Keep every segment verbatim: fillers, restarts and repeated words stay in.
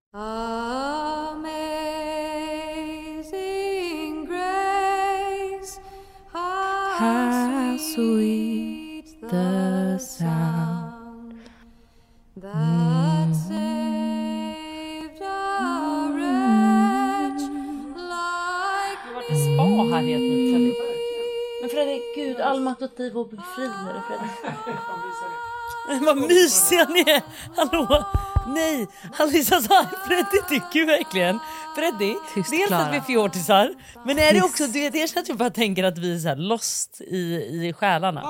Amazing grace, How sweet the sound that saved a wretch like me. Spa här helt nu. Men Fredrik, gud, all makt åt dig och befriare, Fredrik. Vad mysiga ni är. Hallå. Nej, Alisa sa Freddy tycker verkligen. Freddy, Tyst, dels Clara. att vi är fjortisar, men är det också, du vet, jag känner att jag bara tänker att vi är så här lost i, i själarna.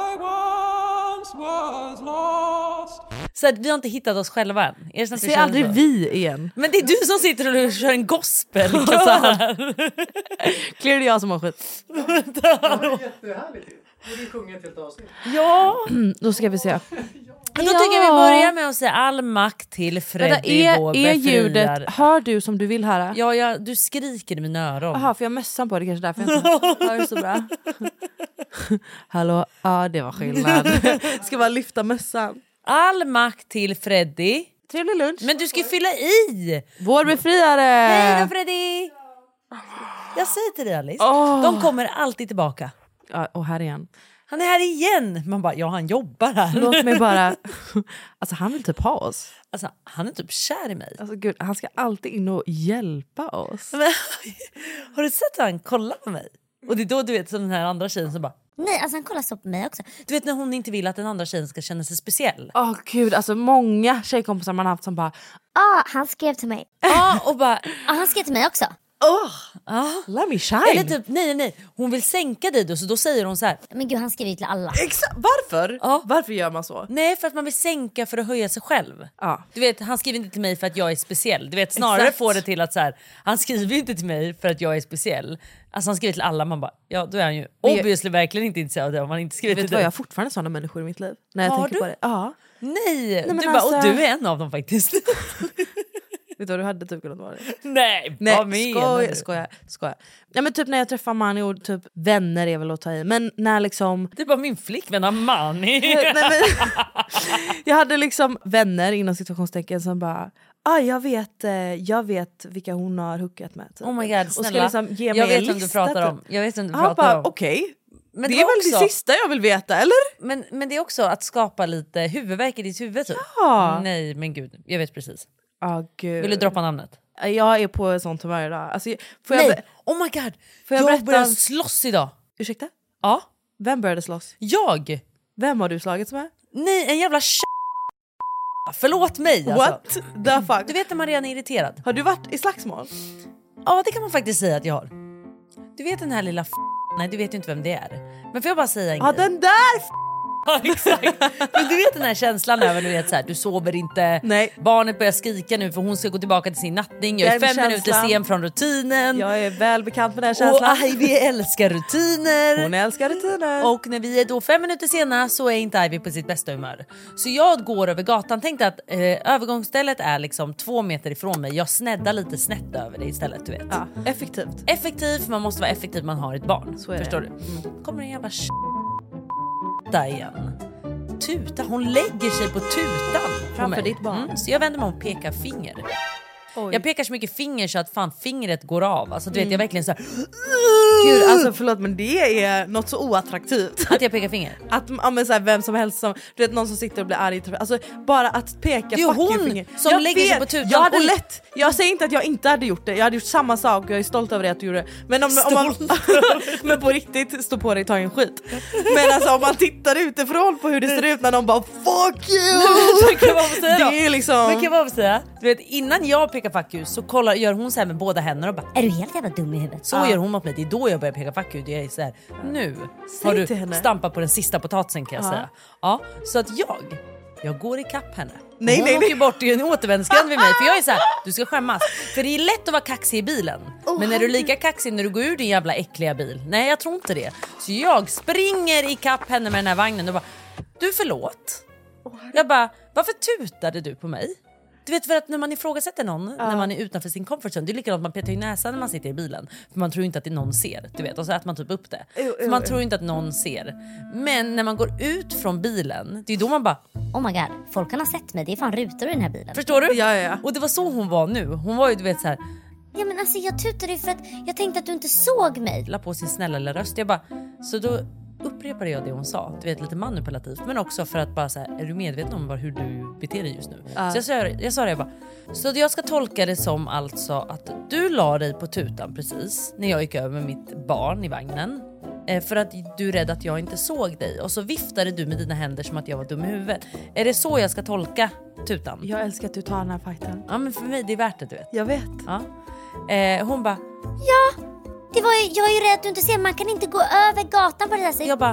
Så att vi har inte hittat oss själva än. Är det så att Se aldrig så? vi igen. Men det är du som sitter och kör en gospel. Så här. Klär det jag som har skit. Det är jättehärligt ju. Borde du sjunga ett helt avsnitt? Ja, Mm, då ska vi se. men då tycker jag vi börjar med att säga all makt till Freddy, Vänta, är, vår är befriar. ljudet, hör du som du vill höra? Ja, ja, du skriker i mina öron. Jaha, för jag mössan på det kanske därför jag inte hör det så bra. Hallå, ja det var skillnad. Ska bara lyfta mössan. All makt till Freddy. Trevlig lunch. Men du ska ju fylla i. Vår befriare. Hej då Freddy. Jag säger till dig Alice, Åh. de kommer alltid tillbaka. Ja, och här igen. Han är här igen. Man bara, ja han jobbar här. Låt mig bara... Alltså han vill typ ha oss. Alltså han är typ kär i mig. Alltså gud, han ska alltid in och hjälpa oss. Men, har du sett hur han kollar på mig? Och det är då du vet som den här andra tjejen som bara, Nej, alltså han kollar så på mig också. du vet när hon inte vill att den andra tjejen ska känna sig speciell. Åh gud, alltså många tjejkompisar man har haft som bara... Ja, ah, han skrev till mig. Ja, och bara, Ja, ah, han skrev till mig också. ah. Let me shine. Eller typ, nej nej nej, hon vill sänka dig då, så då säger hon så här. Men gud, han skrev ju till alla. Exakt, varför? Ja. Varför gör man så? Nej, för att man vill sänka för att höja sig själv. Ja. Du vet, han skriver inte till mig för att jag är speciell. Du vet, snarare Exakt. får det till att så här, han skriver inte till mig för att jag är speciell. Alltså han skriver till alla, man bara, ja då är han ju Men jag- obviously verkligen inte intresserad av det om han inte skriver Vet till du vad, dig. jag har fortfarande sådana människor i mitt liv. När jag Har tänker du? på det. Ja. Nej, men du bara, alltså- och du är en av dem faktiskt. Vet du vad, du hade typ kunnat vara det. Nej, Nej, vad menar skoja, du? skoja, skoja. Ja men typ när jag träffar Mani och typ vänner är väl att ta i. Men när liksom... Det är bara min flickvän Amani. Nej, men, jag hade liksom vänner inom situationstecken som bara... Ah, jag, vet, eh, jag vet vilka hon har hookat med. Typ. Oh my god, och ska snälla. liksom ge mig jag vet en vem du lista, pratar typ. om. Jag vet vem du Han pratar bara, om. okej. Men Det det är var väl också- det sista jag vill veta, eller? Men, men det är också att skapa lite huvudvärk i ditt huvud typ. Ja. Nej men gud, jag vet precis. Ah, gud. Vill du droppa namnet? Jag är på ett sånt humör idag. Alltså, får Nej, jag be- oh my god. Får jag jag berätta- börjar slåss idag. Ursäkta? Ja, Vem började slåss? jag. Vem har du slagits med? Nej, en jävla sh- Förlåt mig alltså. What the fuck? Du vet när man redan är irriterad. Har du varit i slagsmål? Ja, det kan man faktiskt säga att jag har. Du vet den här lilla f- Nej, du vet ju inte vem det är. Men får jag bara säga en Ja, grej? den där f- Ja, exakt. Men du vet den här känslan över, du vet så här, du sover inte. Nej. Barnet börjar skrika nu för hon ska gå tillbaka till sin nattning. Jag är Den fem minuter känslan. sen från rutinen. Jag är väl bekant med den Och känslan. aj, vi älskar rutiner. Hon älskar rutiner. Och när vi är då fem minuter sena så är inte Ivy på sitt bästa humör. Så jag går över gatan, tänkte att eh, övergångsstället är liksom två meter ifrån mig. Jag sneddar lite snett över det istället, du vet. Ja, effektivt. Effektiv, man måste vara effektiv, man har ett barn. Så är det. Förstår du? Mm. Kommer en jävla där igen. Tuta, hon lägger sig på tutan på Framför mig. ditt barn. Mm, så jag vänder mig om och pekar finger. Oj. Jag pekar så mycket finger så att fan fingret går av. Alltså du vet, jag verkligen så här, Gud, alltså förlåt, men det är något så oattraktivt. att jag pekar finger. Att ja, men så här, vem som helst som, du vet, någon som sitter och blir arg, alltså bara att peka Det är ju fucking hon finger. som Jag lägger sig vet, på tutan Jag hade och- lätt. Jag säger inte att jag inte hade gjort det. Jag hade gjort samma sak och jag är stolt över det att du gjorde det. Men om, om man men på riktigt stå på dig och ta en skit. Men alltså om man tittar utifrån på hur det ser ut när de bara fuck you. Så kan jag bara få säga då. Det är liksom Men kan jag bara få säga, du vet, innan jag pekar fuck you så kollar, gör hon så här med båda händerna och bara, Är du helt jävla dum i huvudet? så Ja. gör hon mot mig. Det är då jag börjar peka fuck you. Det är så här, nu Säg har du till henne. stampat på den sista potatisen kan jag Ja. säga. Ja, så att jag jag går ikapp henne. Nej, hon nej, åker nej. bort i en återvändsgränd vid mig. För jag är så här, du ska skämmas. För det är lätt att vara kaxig i bilen. Oh, men är du lika kaxig när du går ur din jävla äckliga bil? Nej, jag tror inte det. Så jag springer ikapp henne med den här vagnen och bara, du förlåt. Jag bara, varför tutade du på mig? Du vet, för att när man ifrågasätter någon, ja. när man är utanför sin comfort zone, det är likadant, man petar i näsan när man sitter i bilen. För man tror inte att det någon ser, du vet. Och så äter man typ upp det. Jo, för jo, man jo. tror inte att någon ser. Men när man går ut från bilen, det är då man bara... Oh my god, folk kan ha sett mig. Det är fan rutor i den här bilen. Förstår du? Ja, ja, ja. Och det var så hon var nu. Hon var ju, du vet, så här... Ja men alltså jag tutade ju för att jag tänkte att du inte såg mig. La på sin snälla lilla röst. Jag bara... Så då upprepade jag det hon sa. Du vet, lite manipulativt. Men också för att bara så här, är du medveten om vad, hur du beter dig just nu? Uh. Så jag sa, jag sa det, jag bara... Så jag ska tolka det som alltså att du la dig på tutan precis när jag gick över med mitt barn i vagnen. Eh, för att du är rädd att jag inte såg dig. Och så viftade du med dina händer som att jag var dum i huvudet. Är det så jag ska tolka tutan? Jag älskar att du tar den här fighten. Ja, men för mig det är värt det, du vet. Jag vet. Ja. Eh, hon bara... Ja, det var ju, jag är ju rädd att du inte ser. Man kan inte gå över gatan på det där sättet. Jag bara...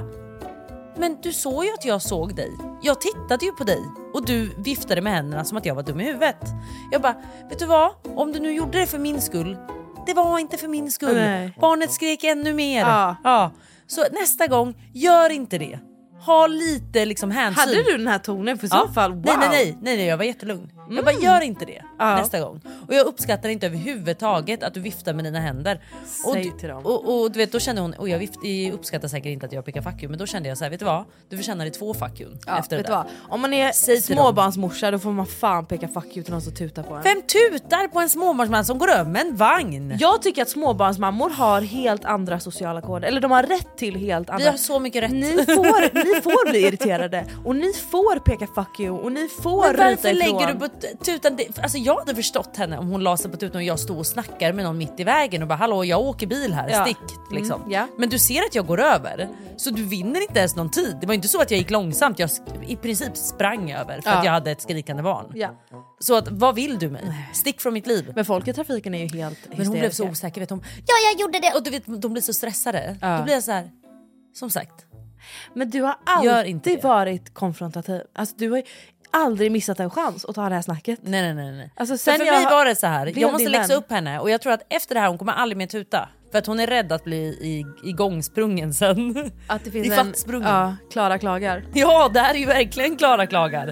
Men du såg ju att jag såg dig. Jag tittade ju på dig. Och du viftade med händerna som att jag var dum i huvudet. Jag bara, vet du vad? Om du nu gjorde det för min skull. Det var inte för min skull. Nej. Barnet skrek ännu mer. Ja. Ja. Så nästa gång, gör inte det. Ha lite liksom hänsyn. Hade du den här tonen för så Ja. fall? Wow. Nej, nej, nej, nej, nej, jag var jättelugn. Mm. Jag bara, gör inte det Ja. nästa gång. Och jag uppskattar inte överhuvudtaget att du viftar med dina händer. Säg och, till dem. Och, och du vet, då kände hon, och jag, vift, jag uppskattar säkert inte att jag pickar fuck you, men då kände jag så här, vet du vad? Du förtjänar dig två fuck you Ja, efter vet det du där. vad? Om man är Säg till småbarnsmorsa då får man fan peka fuck you till någon som tutar på en. Vem tutar på en småbarnsman som går över med en vagn? Jag tycker att småbarnsmammor har helt andra sociala koder. Eller de har rätt till helt andra. Vi har så mycket rätt. Ni får, ni får bli irriterade. Och ni får peka fuck you. Och ni får Men ryta varför ifrån. lägger du på t- tutan? Det, alltså jag hade förstått henne om hon la sig på tutan och jag stod och snackar med någon mitt i vägen och bara hallå, jag åker bil här, Ja. stick liksom. Mm, ja. Men du ser att jag går över, så du vinner inte ens någon tid. Det var inte så att jag gick långsamt, jag sk- i princip sprang över för Ja. att jag hade ett skrikande barn. Ja. Så att, vad vill du mig? Stick från mitt liv. Men folk i trafiken är ju helt Men hon blev så hysteriska. osäker, vet hon. Ja, jag gjorde det. Och du vet, de blir så stressade. Ja. Då blir jag så här, som sagt. Men du har Gör inte alltid det. varit konfrontativ. Alltså du har ju aldrig missat en chans att ta det här snacket. Nej nej nej, nej. Alltså, Sen sen för jag mig har- var det så här. blev Jag måste din läxa vän. upp henne. Och jag tror att efter det här hon kommer aldrig mer tuta. För att hon är rädd att bli i, igångsprungen sen. Att det finns I en... fattsprungen. Ja, Klara klagar. Ja, det här är ju verkligen Klara klagar.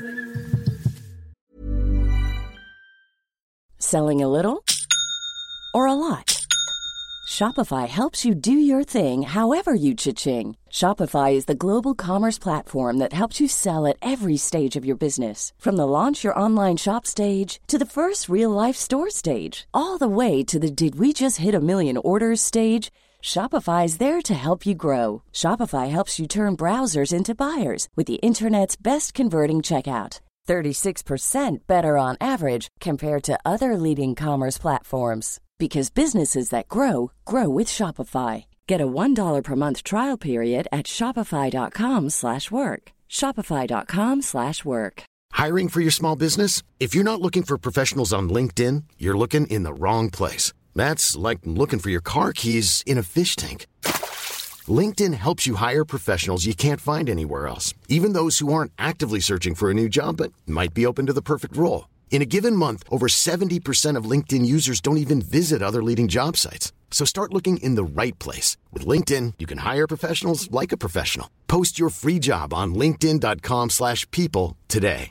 Selling a little or a lot? Shopify helps you do your thing however you cha-ching. Shopify is the global commerce platform that helps you sell at every stage of your business. From the launch your online shop stage to the first real-life store stage, all the way to the did we just hit a million orders stage. Shopify is there to help you grow. Shopify helps you turn browsers into buyers with the internet's best converting checkout. thirty-six percent better on average compared to other leading commerce platforms. Because businesses that grow, grow with Shopify. Get a one dollar per month trial period at shopify.com slash work. Shopify.com slash work. Hiring for your small business? If you're not looking for professionals on LinkedIn, you're looking in the wrong place. That's like looking for your car keys in a fish tank. LinkedIn helps you hire professionals you can't find anywhere else, even those who aren't actively searching for a new job but might be open to the perfect role. In a given month, over seventy percent of LinkedIn users don't even visit other leading job sites. So start looking in the right place. With LinkedIn, you can hire professionals like a professional. Post your free job on linkedin.com slash people today.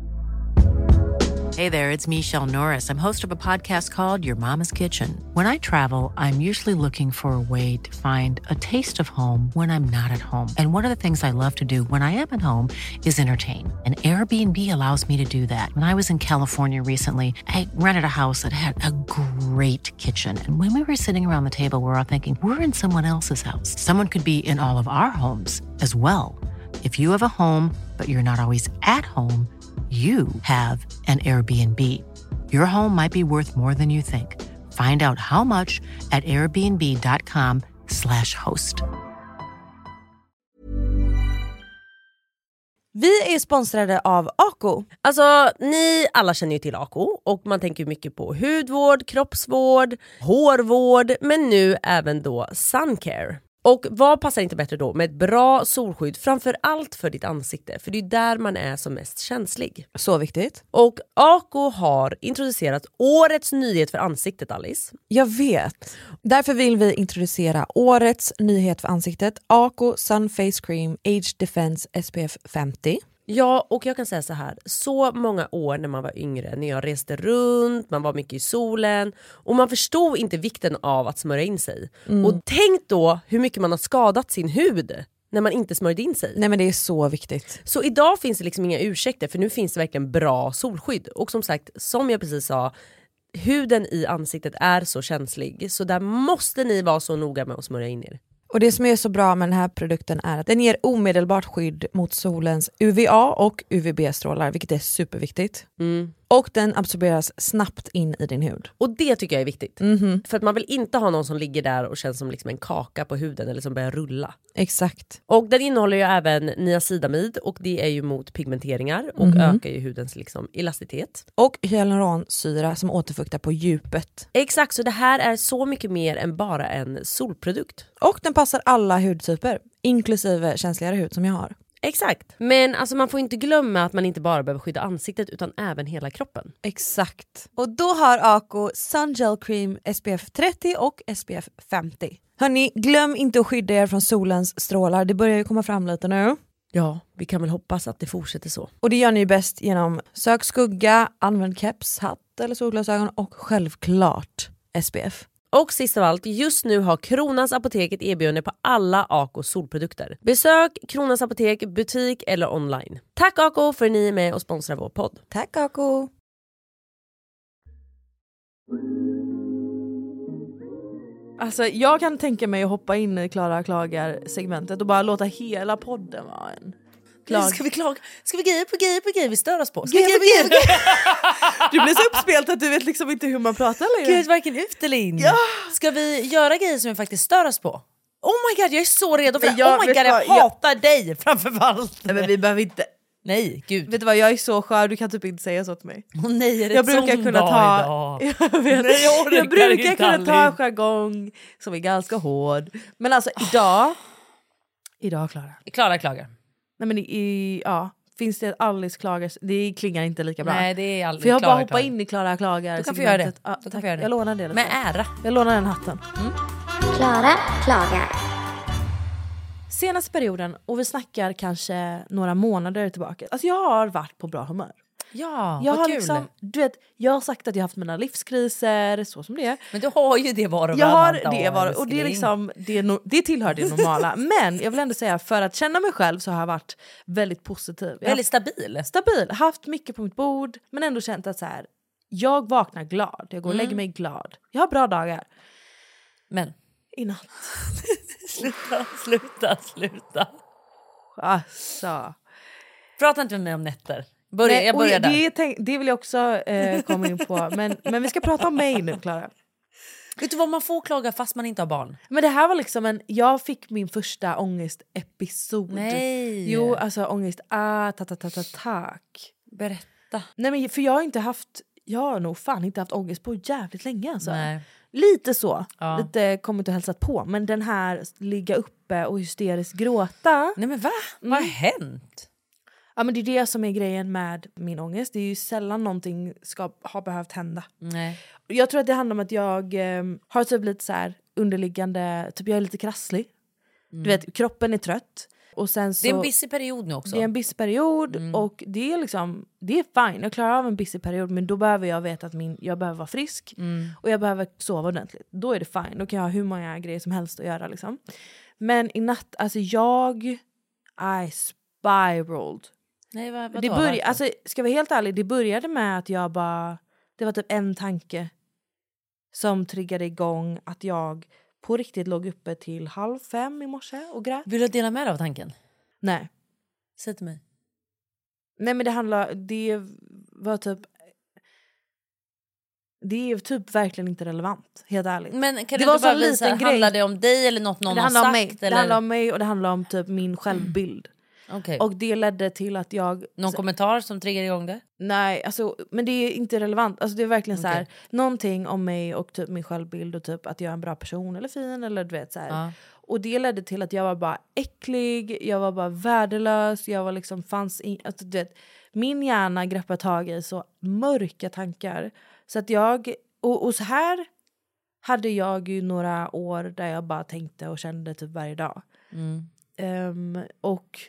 Hey there, it's Michelle Norris. I'm host of a podcast called Your Mama's Kitchen. When I travel, I'm usually looking for a way to find a taste of home when I'm not at home. And one of the things I love to do when I am at home is entertain. And Airbnb allows me to do that. When I was in California recently, I rented a house that had a great kitchen. And when we were sitting around the table, we were all thinking, we're in someone else's house. Someone could be in all of our homes as well. If you have a home, but you're not always at home, you have an Airbnb. Your home might be worth more than you think. Find out how much at airbnb.com slash host. Vi är sponsrade av Ako. Alltså ni alla känner ju till Ako och man tänker mycket på hudvård, kroppsvård, hårvård men nu även då suncare. Och vad passar inte bättre då med ett bra solskydd framför allt för ditt ansikte? För det är där man är som mest känslig. Så viktigt. Och Ako har introducerat årets nyhet för ansiktet, Alice. Jag vet. Därför vill vi introducera årets nyhet för ansiktet. Ako Sun Face Cream Age Defense S P F femtio. Ja, och jag kan säga så här. Så många år när man var yngre, när jag reste runt, man var mycket i solen och man förstod inte vikten av att smörja in sig. Mm. Och tänk då hur mycket man har skadat sin hud när man inte smörjde in sig. Nej, men det är så viktigt. Så idag finns det liksom inga ursäkter, för nu finns det verkligen bra solskydd. Och som sagt, som jag precis sa, huden i ansiktet är så känslig. Så där måste ni vara så noga med att smörja in er. Och det som är så bra med den här produkten är att den ger omedelbart skydd mot solens U V A och U V B-strålar, vilket är superviktigt. Mm. Och den absorberas snabbt in i din hud. Och det tycker jag är viktigt. Mm-hmm. För att man vill inte ha någon som ligger där och känns som liksom en kaka på huden eller som börjar rulla. Exakt. Och den innehåller ju även niacinamid och det är ju mot pigmenteringar och Mm-hmm. ökar ju hudens liksom elasticitet. Och hyaluronsyra som återfuktar på djupet. Exakt, så det här är så mycket mer än bara en solprodukt. Och den passar alla hudtyper, inklusive känsligare hud som jag har. Exakt, men alltså man får inte glömma att man inte bara behöver skydda ansiktet utan även hela kroppen. Exakt. Och då har Ako Sun Gel Cream S P F trettio och S P F femtio. Hörni, glöm inte att skydda er från solens strålar. Det börjar ju komma fram lite nu. Ja, vi kan väl hoppas att det fortsätter så. Och det gör ni bäst genom sök skugga, använd keps, hatt eller solglasögon och självklart S P F. Och sist av allt, just nu har Kronans Apotek ett erbjudande på alla Ako solprodukter. Besök Kronans Apotek, butik eller online. Tack Ako för att ni är med och sponsrar vår podd. Tack Ako! Alltså jag kan tänka mig att hoppa in i Klara klagar segmentet och bara låta hela podden vara en klag. Ska vi klaga? Ska vi grejer på grejer på grejer vi stör oss på? Ska grejer på grejer på grejer. Du blir så uppspelt att du vet liksom inte hur man pratar längre. Gud, varken ut eller in. Ja. Ska vi göra grejer som vi faktiskt stör oss på? Oh my god, jag är så redo för men det. jag, Oh my god, jag vad, hatar jag... dig framförallt. Nej, men vi behöver inte. Nej, gud. Vet du vad, jag är så skör, du kan typ inte säga så till mig. Oh, nej, är det jag brukar kunna ta jag, vet, nej, jag, jag brukar kunna ta en jargong som är ganska hård. Men alltså oh. idag idag Klara. Klara klagar. Nej men i, ja, finns det Alice klagar, det klingar inte lika bra. Nej, det är aldrig. För jag Klara bara hoppa klagar. in i Klara klagar. Du kan få göra det. Ja, du kan få göra det. Jag lånar det. Med ära. Jag lånar den hatten. Klara mm. klagar. Senaste perioden, och vi snackar kanske några månader tillbaka. Alltså jag har varit på bra humör. Ja, jag vad har kul. Liksom, du vet, jag har sagt att jag har haft mina livskriser, så som det är. Men du har ju det var och Jag har dag, det var och det är liksom det, no, det tillhör det normala. Men jag vill ändå säga, för att känna mig själv så har jag varit väldigt positiv. Jag väldigt stabil. Stabil, haft mycket på mitt bord, men ändå känt att så här, jag vaknar glad. Jag går och Mm. lägger mig glad. Jag har bra dagar. Men i natt. sluta, sluta, sluta. Alltså. Prata inte med mig om nätter. Börja, Nej, jag börjar det, där. Tänk, det vill jag också eh, komma in på. Men, men vi ska prata om mig nu, Klara. Vet du vad, man får klaga fast man inte har barn. Men det här var liksom en... Jag fick min första ångestepisod. Nej. Jo, alltså ångest. Ah, ta, ta, ta, ta, tack. Berätta. Nej, men för jag har inte haft... Jag har nog fan inte haft ångest på jävligt länge. Alltså. Nej. Lite så. Ja. Lite kommit och hälsat på. Men den här ligga uppe och hysteriskt gråta. Nej men va? Mm. Vad har hänt? Ja, men det är det som är grejen med min ångest. Det är ju sällan någonting ska ha behövt hända. Nej. Jag tror att det handlar om att jag eh, har typ lite så här underliggande, typ jag är lite krasslig. Mm. Du vet, kroppen är trött. Och sen så, det är en busy period nu också. Det är en busy period mm. och det är liksom, det är fine. Jag klarar av en busy period, men då behöver jag veta att min, jag behöver vara frisk. Mm. Och jag behöver sova ordentligt. Då är det fine. Då kan jag ha hur många grejer som helst att göra liksom. Men i natt, alltså jag I spiraled. Nej, vad, vad det började, alltså, ska jag vara helt ärlig, det började med att jag bara, det var typ en tanke som triggade igång att jag på riktigt låg uppe till halv fem i morse och grät. Vill du dela med dig av tanken? Nej. Säg till mig. Nej, men det handlar, det var typ, det är typ verkligen inte relevant, helt ärligt. Men kan det du var inte bara så visa, liten handlar grej. det om dig eller något någon det har handlar sagt? om mig. Eller? Det handlar om mig och det handlar om typ min självbild. Okay. Och det ledde till att jag... Någon så, kommentar som triggar igång det? Nej, alltså, men det är inte relevant. Alltså, det är verkligen Okay. så här, någonting om mig och typ min självbild och typ att jag är en bra person eller fin eller du vet så här. Ja. Och det ledde till att jag var bara äcklig, jag var bara värdelös, jag var liksom fanns in, alltså, du vet, min hjärna greppade tag i så mörka tankar så att jag och, och så här hade jag ju några år där jag bara tänkte och kände typ varje dag. Mm. Um, och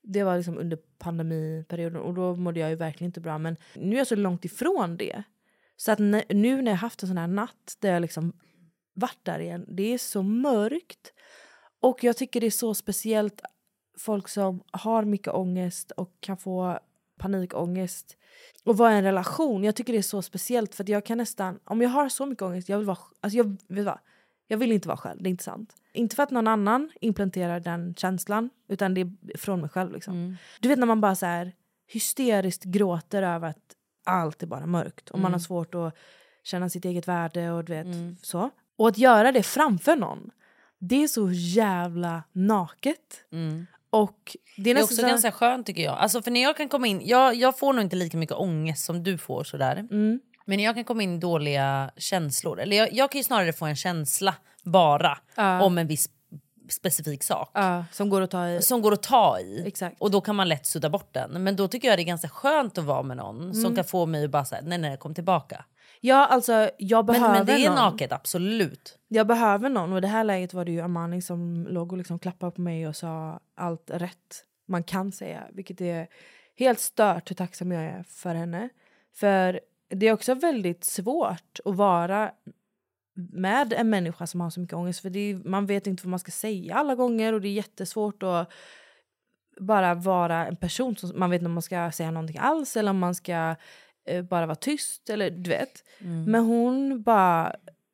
Det var liksom under pandemiperioden och då mådde jag ju verkligen inte bra. Men nu är jag så långt ifrån det. Så att n- nu när jag haft en sån här natt där jag liksom varit där igen. Det är så mörkt. Och jag tycker det är så speciellt folk som har mycket ångest och kan få panikångest. Och vara i en relation. Jag tycker det är så speciellt för att jag kan nästan, om jag har så mycket ångest, jag vill vara, alltså jag vet vad, jag vill inte vara själv, det är inte sant. Inte för att någon annan implementerar den känslan, utan det är från mig själv liksom. Mm. Du vet när man bara så här hysteriskt gråter över att allt är bara mörkt och mm. man har svårt att känna sitt eget värde och du vet mm. så. Och att göra det framför någon, det är så jävla naket. Mm. Och det är, det är också så... ganska skönt tycker jag. Alltså för när jag kan komma in, jag, jag får nog inte lika mycket ångest som du får sådär. Mm. Men när jag kan komma in i dåliga känslor, eller jag, jag kan ju snarare få en känsla bara uh. om en viss specifik sak. Uh, som går att ta i. Som går att ta i. Exakt. Och då kan man lätt sudda bort den. Men då tycker jag det är ganska skönt att vara med någon mm. som kan få mig att bara säga nej nej kom tillbaka. Ja alltså jag behöver men, men det är någon. naket, absolut. Jag behöver någon och i det här läget var det ju Amani som låg och liksom klappade på mig och sa allt rätt man kan säga. Vilket är helt stört hur tacksam jag är för henne. För det är också väldigt svårt att vara med en människa som har så mycket ångest. För det är, man vet inte vad man ska säga alla gånger och det är jättesvårt att bara vara en person som man vet om man ska säga någonting alls eller om man ska eh, bara vara tyst eller du vet. Mm. Men hon bara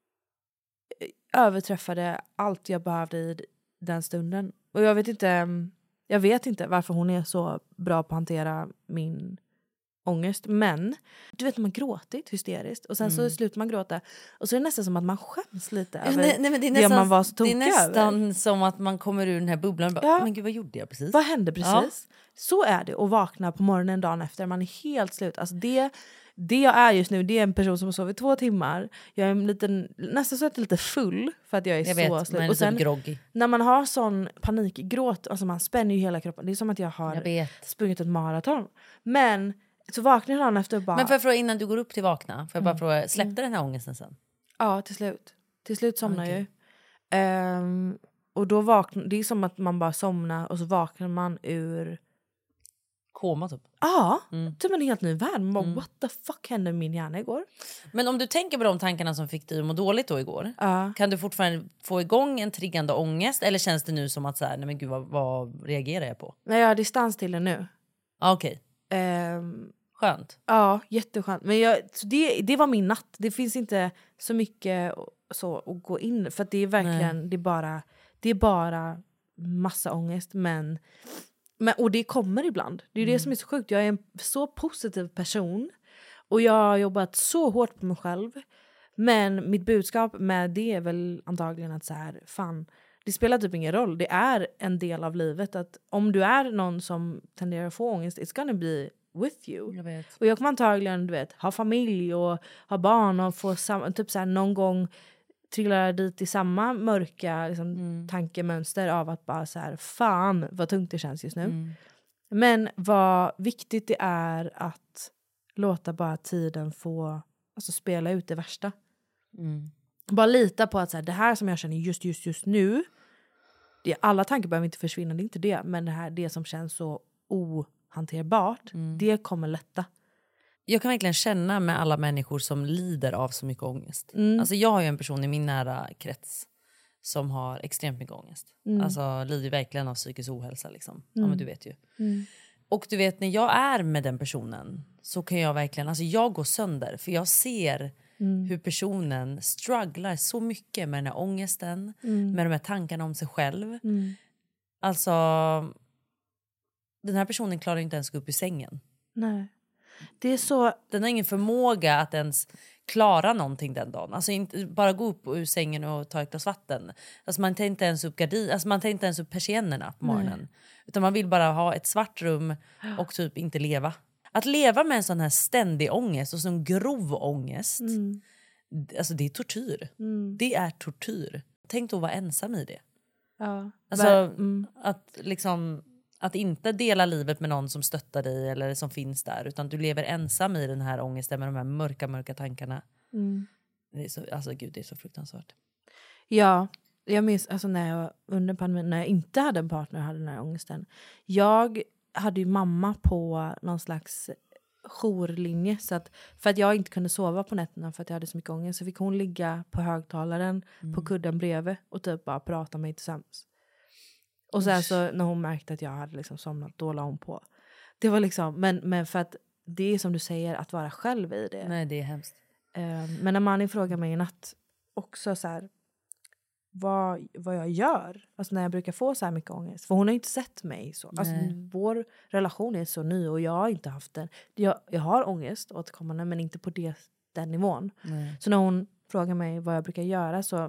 överträffade allt jag behövde i den stunden. Och jag vet inte jag vet inte varför hon är så bra på att hantera min ångest. Men du vet man gråtit hysteriskt och sen mm. så slutar man gråta och så är det nästan som att man skäms lite över nej, nej, men det, är nästan, det man var så tokig över. Det är nästan över. Som att man kommer ur den här bubblan och bara, ja. men gud vad gjorde jag precis? Vad hände precis? Ja. Så är det att vakna på morgonen dagen efter. Man är helt slut. Alltså det, det jag är just nu, det är en person som har sovit två timmar. Jag är en liten, nästan så att jag är lite full för att jag är jag så vet, slut. Och sen groggy. När man har sån panikgråt, alltså man spänner ju hela kroppen. Det är som att jag har jag sprungit ett maraton. Men så vaknar han efter och bara... Men för att fråga innan du går upp till vakna, för jag bara mm. fråga, släppte mm. den här ångesten sen? Ja, till slut. Till slut somnar okay. jag. Um, och då vaknar, det är som att man bara somnar och så vaknar man ur... Koma typ? Ja, mm. typ en helt ny värld. Man bara, mm. what the fuck hände med min hjärna igår? Men om du tänker på de tankarna som fick dig att må dåligt då igår, uh. kan du fortfarande få igång en triggande ångest? Eller känns det nu som att så här, nej men gud vad, vad reagerar jag på? Nej, jag har distans till det nu. Ah, okej. Okay. Um, Skönt. Ja, jätteskönt. Men jag, så det, det var min natt. Det finns inte så mycket så att gå in. För att det är verkligen, det är bara, det är bara massa ångest. Men, men, och det kommer ibland. Det är mm. det som är så sjukt. Jag är en så positiv person. Och jag har jobbat så hårt på mig själv. Men mitt budskap med det är väl antagligen att så här, fan, det spelar typ ingen roll. Det är en del av livet. Att om du är någon som tenderar att få ångest, it's gonna be with you. Jag vet. Och jag kommer antagligen, du vet, ha familj och ha barn och få samma, typ så här, någon gång trillar dit i samma mörka liksom, mm. tankemönster av att bara så här, fan vad tungt det känns just nu. Mm. Men vad viktigt det är att låta bara tiden få alltså, spela ut det värsta. Mm. Bara lita på att så här, det här som jag känner just just just nu, det, alla tankar behöver inte försvinna, det är inte det, men det här det som känns så ohanterbart, mm. det kommer lätta. Jag kan verkligen känna med alla människor som lider av så mycket ångest. Mm. Alltså jag har ju en person i min nära krets som har extremt mycket ångest. Mm. Alltså lider verkligen av psykisk ohälsa liksom. Mm. Ja men du vet ju. Mm. Och du vet när jag är med den personen så kan jag verkligen, alltså jag går sönder för jag ser mm. hur personen strugglar så mycket med den här ångesten, mm. med de här tankarna om sig själv. Mm. Alltså den här personen klarar inte ens gå upp ur sängen. Nej. Det är så... Den har ingen förmåga att ens klara någonting den dagen. Alltså inte bara gå upp ur sängen och ta ett glas vatten. Alltså man tar inte ens upp gardin, alltså man tar inte ens upp persiennerna på morgonen. Nej. Utan man vill bara ha ett svart rum och typ inte leva. Att leva med en sån här ständig ångest och sån grov ångest. Mm. Alltså det är tortyr. Mm. Det är tortyr. Tänk då att vara ensam i det. Ja. Alltså mm. att liksom... Att inte dela livet med någon som stöttar dig eller som finns där. Utan du lever ensam i den här ångesten med de här mörka, mörka tankarna. Mm. Det är så, alltså gud, det är så fruktansvärt. Ja, jag minns alltså när jag under pandemin, när jag inte hade en partner hade den här ångesten. Jag hade ju mamma på någon slags jourlinje. Så att, för att jag inte kunde sova på nätterna för att jag hade så mycket ångest. Så fick hon ligga på högtalaren mm. på kudden bredvid. Och typ bara prata mig tillsammans. Och sen så när hon märkte att jag hade liksom somnat, då la hon på. Det var liksom, men, men för att det är som du säger, att vara själv i det. Nej, det är hemskt. Um, men när Mani frågar mig i natt också så här, vad, vad jag gör. Alltså när jag brukar få så här mycket ångest. För hon har inte sett mig så. Alltså, vår relation är så ny och jag har inte haft den. Jag, jag har ångest återkommande men inte på det, den nivån. Nej. Så när hon frågar mig vad jag brukar göra så,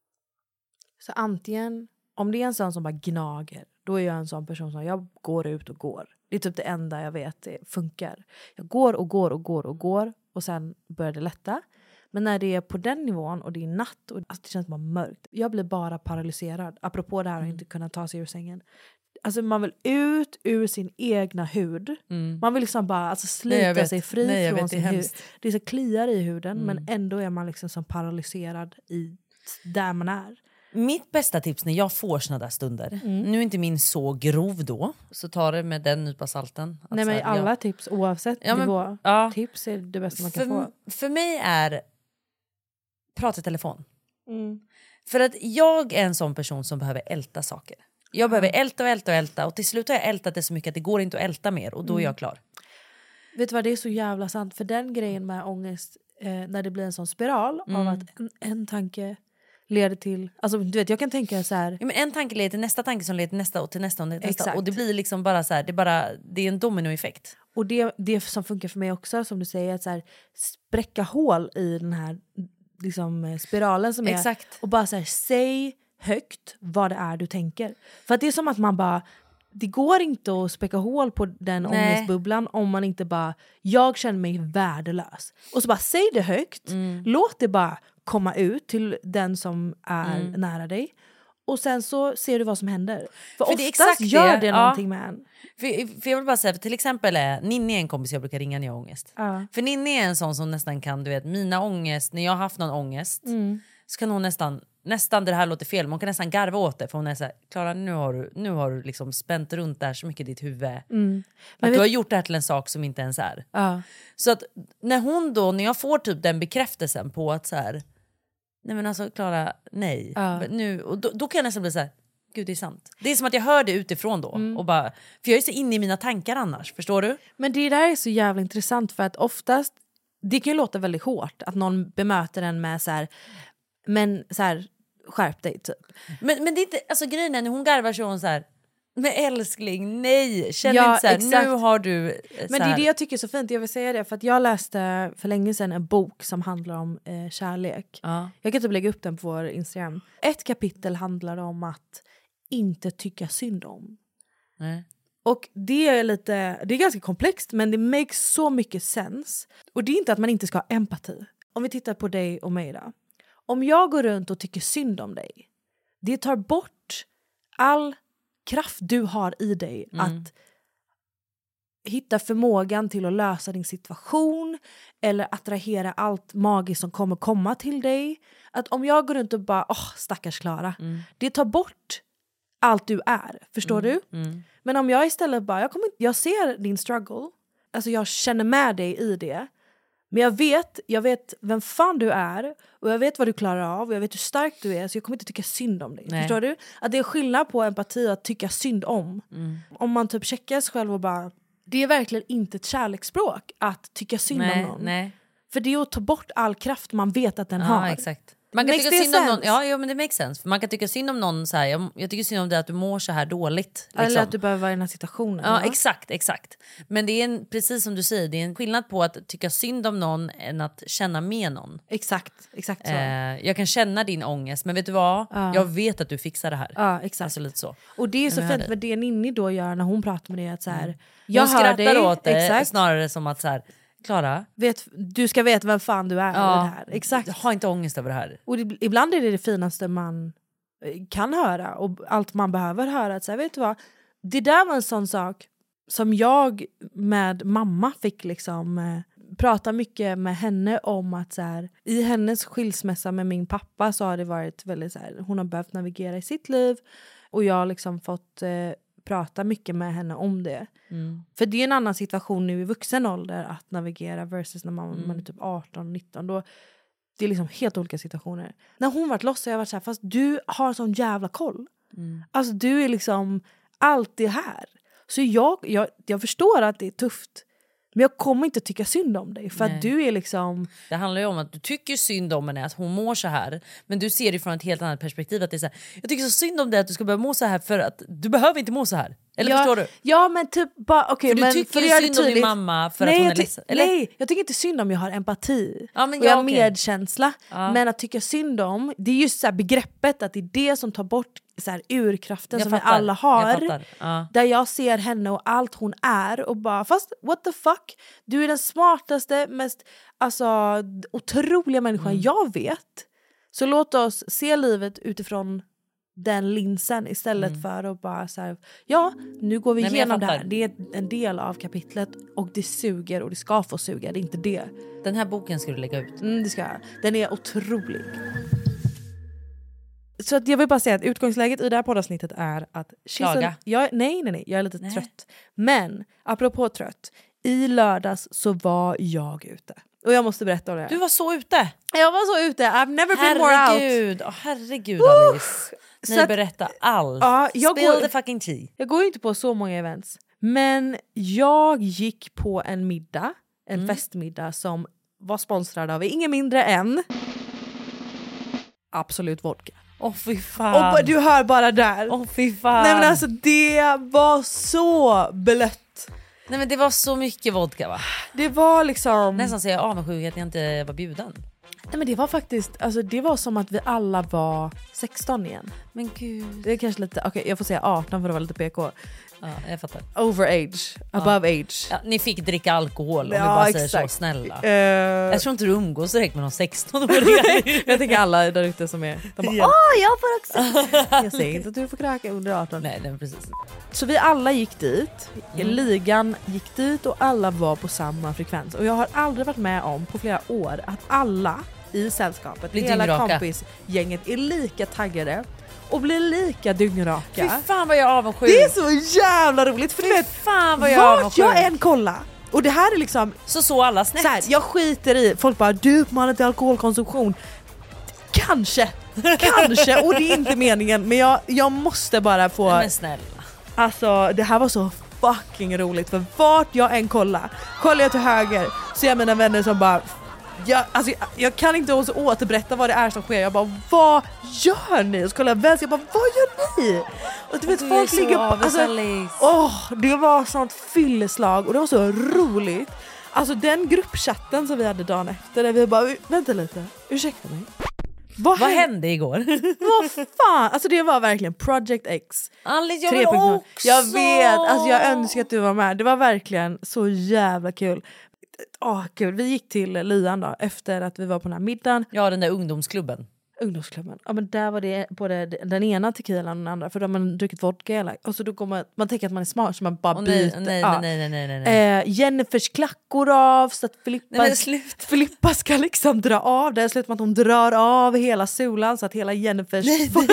så antingen, om det är en sån som bara gnager, då är jag en sån person som jag går ut och går. Det är typ det enda jag vet det funkar. Jag går och går och går och går och sen börjar det lätta. Men när det är på den nivån och det är natt och alltså det känns bara mörkt. Jag blir bara paralyserad. Apropå det här att mm. inte kunna ta sig ur sängen. Alltså man vill ut ur sin egna hud. Mm. Man vill liksom bara alltså, slita Nej, sig fri Nej, från vet, sin hud. Det är så kliar i huden mm. men ändå är man liksom som paralyserad i där man är. Mitt bästa tips när jag får såna där stunder. Mm. Nu är inte min så grov då. Så tar det med den nypa salten. Nej men alla jag... tips oavsett ja, men, nivå. Ja. Tips är det bästa man kan för, få. För mig är prata i telefon. Mm. För att jag är en sån person som behöver älta saker. Jag behöver älta och älta och älta. Och till slut har jag ältat det så mycket att det går inte att älta mer. Och då är jag klar. Vet du vad, det är så jävla sant. För den grejen med ångest. Eh, när det blir en sån spiral. Mm. Av att en, en tanke leder till. Alltså du vet jag kan tänka så här. Ja, men en tanke leder till nästa tanke som leder till nästa. Och till nästa och till nästa. Exakt. Och det blir liksom bara så här. Det är, bara, det är en dominoeffekt. Och det, det som funkar för mig också. Som du säger. Att så här, spräcka hål i den här liksom, spiralen som är. Exakt. Och bara så här, säg högt vad det är du tänker. För att det är som att man bara, det går inte att späcka hål på den Nej. ångestbubblan om man inte bara, jag känner mig värdelös. Och så bara säg det högt. Mm. Låt det bara komma ut till den som är mm. nära dig. Och sen så ser du vad som händer. För, för oftast det exakt gör det, det ja. någonting med en. För, för jag vill bara säga, för till exempel är Ninni en kompis jag brukar ringa när jag har ångest. Ja. För Ninni är en sån som nästan kan, du vet, mina ångest, när jag har haft någon ångest mm. så kan hon nästan, nästan det här låter fel, men hon kan nästan garva åt det. För hon är så här, Klara, nu har du, nu har du liksom spänt runt där så mycket i ditt huvud. Mm. Att vet... du har gjort det här till en sak som inte ens är. Ja. Så att när hon då, när jag får typ den bekräftelsen på att så här, nej men alltså Klara, nej. Ja. Nu, och då, då kan jag nästan bli så här, gud det är sant. Det är som att jag hör det utifrån då. Mm. Och bara, för jag är så inne i mina tankar annars, förstår du? Men det där är så jävla intressant för att oftast, det kan ju låta väldigt hårt att någon bemöter en med så här, men så här, skärp dig typ. Men, men det är inte, alltså grejen är när hon garvar så hon så här, men älskling, nej, känn ja, inte så här, exakt. nu har du så men det är det jag tycker är så fint, jag vill säga det för att jag läste för länge sedan en bok som handlar om eh, kärlek. Ja. Jag kan typ lägga upp den på vår Instagram. Ett kapitel handlar om att inte tycka synd om. Nej. Och det är lite, det är ganska komplext men det makes så mycket sens. Och det är inte att man inte ska ha empati. Om vi tittar på dig och mig då. Om jag går runt och tycker synd om dig, det tar bort all kraft du har i dig mm. att hitta förmågan till att lösa din situation eller attrahera allt magiskt som kommer komma till dig. Att om jag går runt och bara, åh stackars Klara, mm. det tar bort allt du är, förstår mm. du? Mm. Men om jag istället bara, jag, kommer, jag ser din struggle, alltså jag känner med dig i det. Men jag vet, jag vet vem fan du är och jag vet vad du klarar av och jag vet hur stark du är så jag kommer inte tycka synd om dig. Nej. Förstår du? Att det är skillnad på empati och att tycka synd om. Mm. Om man typ checkar sig själv och bara, det är verkligen inte ett kärleksspråk att tycka synd nej, om någon. Nej. För det är att ta bort all kraft man vet att den ja, har. Exakt. Man kan makes tycka synd om någon, sense? ja, ja men det makes sense. För man kan tycka synd om någon så här, jag, jag tycker synd om det att du mår så här dåligt. Liksom. Eller att du behöver vara i den här situationen. Ja, va? exakt, exakt. Men det är en, precis som du säger, det är en skillnad på att tycka synd om någon än att känna med någon. Exakt, exakt så. Eh, jag kan känna din ångest, men vet du vad? Ja. Jag vet att du fixar det här. Ja, exakt. Alltså lite så. Och det är så Men jag fint för det Ninni då gör när hon pratar med dig att så här, Mm. jag Hon hör skrattar dig, åt det, exakt. snarare som att så här, Klara, Vet, du ska veta vem fan du är i det ja, här. Exakt. ha inte ångest över det här. Och det, ibland är det det finaste man kan höra och allt man behöver höra. Att säga, vet du vad? Det där var en sån sak som jag med mamma fick liksom eh, prata mycket med henne om att så här, i hennes skilsmässa med min pappa så har det varit väldigt så här, hon har behövt navigera i sitt liv och jag har liksom fått eh, prata mycket med henne om det. Mm. För det är en annan situation nu i vuxen ålder att navigera versus när man, Mm. man är typ arton nitton. Då, det är liksom helt olika situationer. När hon varit loss så har jag varit så här, fast du har sån jävla koll. Mm. Alltså du är liksom alltid här. Så jag, jag, jag förstår att det är tufft. Men jag kommer inte tycka synd om dig. För Nej. att du är liksom... Det handlar ju om att du tycker synd om henne, att hon mår så här. Men du ser det från ett helt annat perspektiv. Att det är så här, jag tycker så synd om dig att du ska börja må så här. För att du behöver inte må så här. Eller ja, förstår du? Ja men typ bara... Okay, För du men tycker för ju att göra det synd om din tydligt- mamma för nej, att hon är jag ty- ledsen. Eller? Nej, jag tycker inte synd om jag har empati. Ja, men och jag ja, har okej. medkänsla. Ja. Men att tycka synd om, det är just så här begreppet att det är det som tar bort så här urkraften Jag som fattar, vi alla har. jag fattar, ja. Där jag ser henne och allt hon är och bara, fast what the fuck? Du är den smartaste, mest alltså, otroliga människan Mm. jag vet. Så låt oss se livet utifrån den linsen istället Mm. för att bara så här, ja, nu går vi Nej, men jag igenom det här. fattar. Det är en del av kapitlet och det suger och det ska få suga, det är inte det. Den här boken ska du lägga ut. Mm, det ska jag. Den är otrolig. Så att jag vill bara säga att utgångsläget i det här poddavsnittet är att... Klaga. Jag, nej, nej, nej. Jag är lite Nej. trött. Men, apropå trött. I lördags så var jag ute. Och jag måste berätta om det här. Du var så ute. Jag var så ute. I've never been more out. Herregud, oh, herregud Alice. Så Nej, att- berätta allt. Ja, jag Spill går- the fucking tea. Jag går ju inte på så många events. Men jag gick på en middag. En Mm. festmiddag som var sponsrad av ingen mindre än... Absolut Vodka. Åh oh, fy fan. Och du hör bara där. Åh oh, fy fan. Nej men alltså det var så blött. Nej men det var så mycket vodka va? Det var liksom... Nästan så jag är avundsjuk att jag inte var bjuden. Nej men det var faktiskt, alltså det var som att vi alla var sexton igen. Men gud. Det är kanske lite, okej okay, jag får säga arton för det var lite P K. Ja, jag fattar. Over age, above age. Ja, ni fick dricka alkohol om Ja, vi bara säger exakt. så, snälla. Eh, Jag tror inte du umgås direkt med någon sexton-åring. jag tänker alla där ute som är, de bara Ja. åh jag får också. Jag säger inte att du får kröka under arton. Nej, nej precis. Så vi alla gick dit, Mm. ligan gick dit och alla var på samma frekvens. Och jag har aldrig varit med om på flera år att alla i sällskapet, Blir hela dyngraka. kompisgänget är lika taggade och blir lika dyngraka. Fy fan vad jag är avundsjuk. Det är så jävla roligt för du Fy vet, fan vad jag är vart avundsjuk. jag än kollar. Och det här är liksom Så så alla snett. så här, jag skiter i, folk bara du uppmanar till alkoholkonsumtion. Kanske, kanske och det är inte meningen men jag, jag måste bara få... Nej, men snälla. Alltså det här var så fucking roligt för vart jag än kollar, kollar jag till höger så är mina vänner som bara jag, alltså, jag, jag kan inte ens återberätta vad det är som sker. Jag bara, vad gör ni? Och så kollar jag vänster, jag bara, vad gör ni? Och du vet, Du är folk så ligger på... avis, Alltså, Alice. åh, det var sånt fylleslag och det var så roligt. Alltså den gruppchatten som vi hade dagen efter där vi bara, vänta lite, ursäkta mig. Vad, Vad hände? hände igår? Vad fan? Alltså det var verkligen Project X. Alice, jag tre vill punkt noll. också. Jag vet, alltså jag önskar att du var med. Det var verkligen så jävla kul. Åh gud, vi gick till Lian då efter att vi var på den här middagen. Ja, den där ungdomsklubben. Ungdomsklubben. Ja men där var det både den ena tequilan och den andra för de har druckit vodka hela. Och så då går man, man tänker att man är smart så man bara Åh, byter. nej, nej, ja. nej, nej, nej, nej, nej. Eh, Jennifers klackor av så att Filippa, Nej, men slut. Filippa ska liksom dra av det. Slutar med att hon drar av hela sulan så att hela Jennifers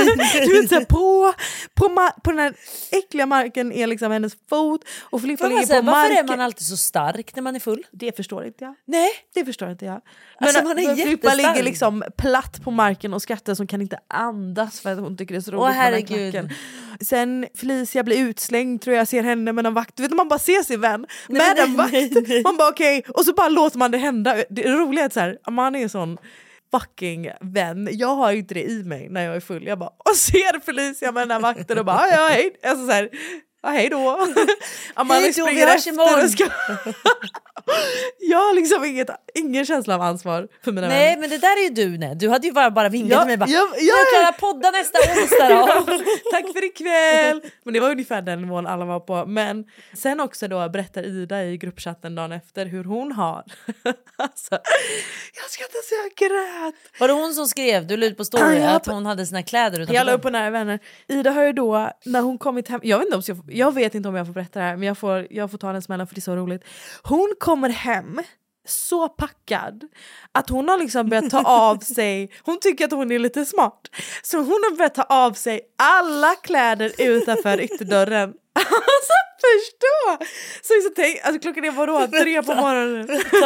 du vet, så här, på, på, ma- på den här äckliga marken är liksom hennes fot och Filippa Får jag ligger säga, på varför marken. är man alltid så stark när man är full? Det förstår inte jag. Nej. Det förstår inte jag. Alltså, man är Filippa jättestark. ligger liksom platt på marken och skrattar som kan inte andas för att hon tycker det är så roligt Åh, med den här herregud. klacken. Sen Felicia blir utslängd tror jag ser henne med en vakt. Du vet man bara ser sin vän Nej, med men en nej, vakt. nej, nej. Man bara okej okay. Och så bara låter man det hända. Det roliga är att så här, man är en sån fucking vän. Jag har ju inte det i mig när jag är full. Jag bara och ser Felicia med den här vakten och bara ja hej. Alltså så här, ja, hej då. Amanda Hej då, vi springer hörs efter imorgon. och ska... Jag har liksom inget, ingen känsla av ansvar för mina Nej, vänner. men det där är ju du. Nej. Du hade ju bara, bara vinkat Ja, till mig bara, ja, ja. jag klarar podda nästa onsdag då. Tack för ikväll! Men det var ungefär den nivån alla var på. Men sen också då berättar Ida i gruppchatten dagen efter hur hon har. Alltså, jag ska inte säga jag grät. Var det hon som skrev, du la ut på story, Ja, att hon hade sina kläder utanför Jag la upp dörren? på nära vänner. Ida har ju då, när hon kommit hem, jag vet inte om jag, jag vet inte om jag får berätta det här, men jag får, jag får ta den smällen för det är så roligt. Hon kommer hem så packad att hon har liksom börjat ta av sig, hon tycker att hon är lite smart, så hon har börjat ta av sig alla kläder utanför ytterdörren. Alltså förstå! Så, så tänk, alltså klockan är vadå? Tre på morgonen.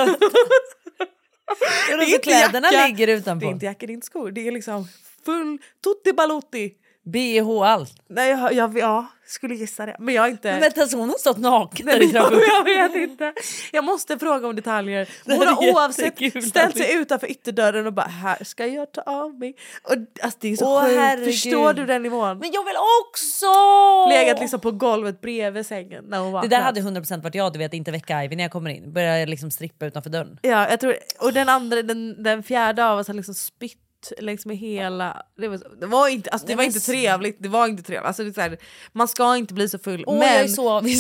Det är inte kläderna jacka. Ligger utanpå. Det är inte jacka, det är inte skor. Det är liksom full tutti balutti. B H allt. Nej, jag, jag, jag skulle gissa det. Men jag har inte... Men vänta, så hon har stått naken där Nej, i trappan. Jag vet inte. Jag måste fråga om detaljer. Hon har oavsett ställt sig utanför ytterdörren och bara, här ska jag ta av mig. Och, alltså, det är så Åh, sjukt. herregud. Förstår du den nivån? Men jag vill också! Legat liksom på golvet bredvid sängen när hon vaknade. Det där hade hundra procent varit jag, du vet, inte väcka Ivy när jag kommer in. Börjar liksom strippa utanför dörren. Ja, jag tror, och den andra, den, den fjärde av oss har liksom spytt längs med hela, det var, det var inte, alltså, det var inte trevligt, det var inte trevligt, alltså, det är så här, man ska inte bli så full. Åh, men jag är så det,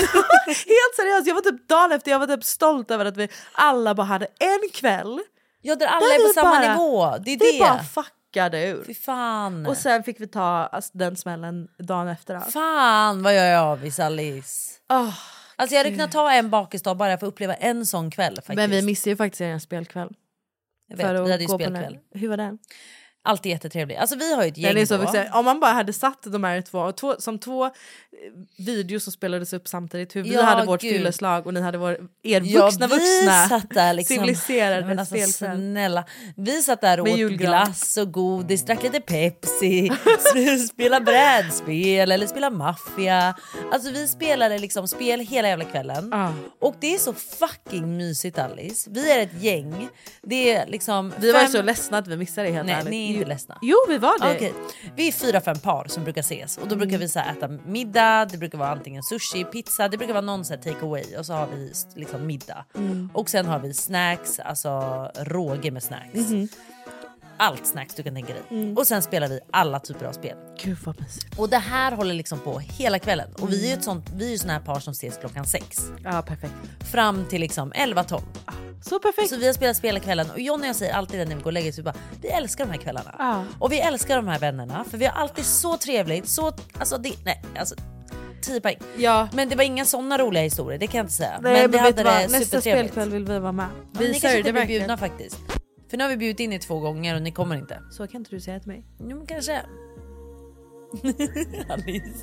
helt seriöst, jag var typ dagen efter, jag var typ stolt över att vi alla bara hade en kväll. Ja, där alla där är på samma bara, nivå, det är vi det. bara fuckade ur. Fy fan. Och sen fick vi ta alltså, den smällen dagen efter. Då. Fan vad jag är avis, Alice. Oh, alltså jag hade kunnat ta en bakisdag bara för att uppleva en sån kväll faktiskt. Men vi missade ju faktiskt en spelkväll. Jag vet, vi hade ju spelkväll. Hur var den? Alltid jättetrevlig. Alltså vi har ju ett gäng. Det är så vuxen. Om man bara hade satt de här två, två som två videos som spelades upp samtidigt. Hur vi ja, hade vårt gud. fylleslag och ni hade vår, er ja, vuxna vi vuxna satt där liksom, civiliserade alltså, spelkväll. Snälla. Vi satt där och åt glass och godis, drack lite Pepsi, spelade brädspel eller spelade maffia. Alltså vi spelade liksom spel hela jävla kvällen. Ah. Och det är så fucking mysigt, Alice. Vi är ett gäng. Det är liksom vi var fem... så ledsna att vi missade det helt Nej, ärligt. ni är inte ledsna. Jo, vi var det. Okay. Vi är fyra, fem par som brukar ses. Och då brukar vi så här, äta middag. Det brukar vara antingen sushi, pizza. Det brukar vara någon så här take away. Och så har vi liksom middag. Mm. Och sen har vi snacks. Alltså råge med snacks. Mm. Allt snacks du kan tänka dig. Mm. Och sen spelar vi alla typer av spel. Gud vad mysigt. Och det här håller liksom på hela kvällen. Och vi är ju ett sånt, vi är ju såna här par som ses klockan sex. Ja, perfekt. Fram till liksom elva tolv. Så perfekt. Så vi har spelat spel hela kvällen. Och Johnny och jag säger alltid när vi går och lägger oss, vi bara, vi älskar de här kvällarna. Ja. Och vi älskar de här vännerna. För vi har alltid så trevligt. Så, alltså det, nej, alltså tio poäng. Ja. Men det var inga såna roliga historier, det kan jag inte säga. Nej, men vi men hade det nästa supertrevligt. spelkväll vill vi vara med. Vi ja, ni kanske inte blir bjudna faktiskt. För nu har vi bjudit in er två gånger och ni kommer inte. Så kan inte du säga till mig. Jo, men kanske. Alice.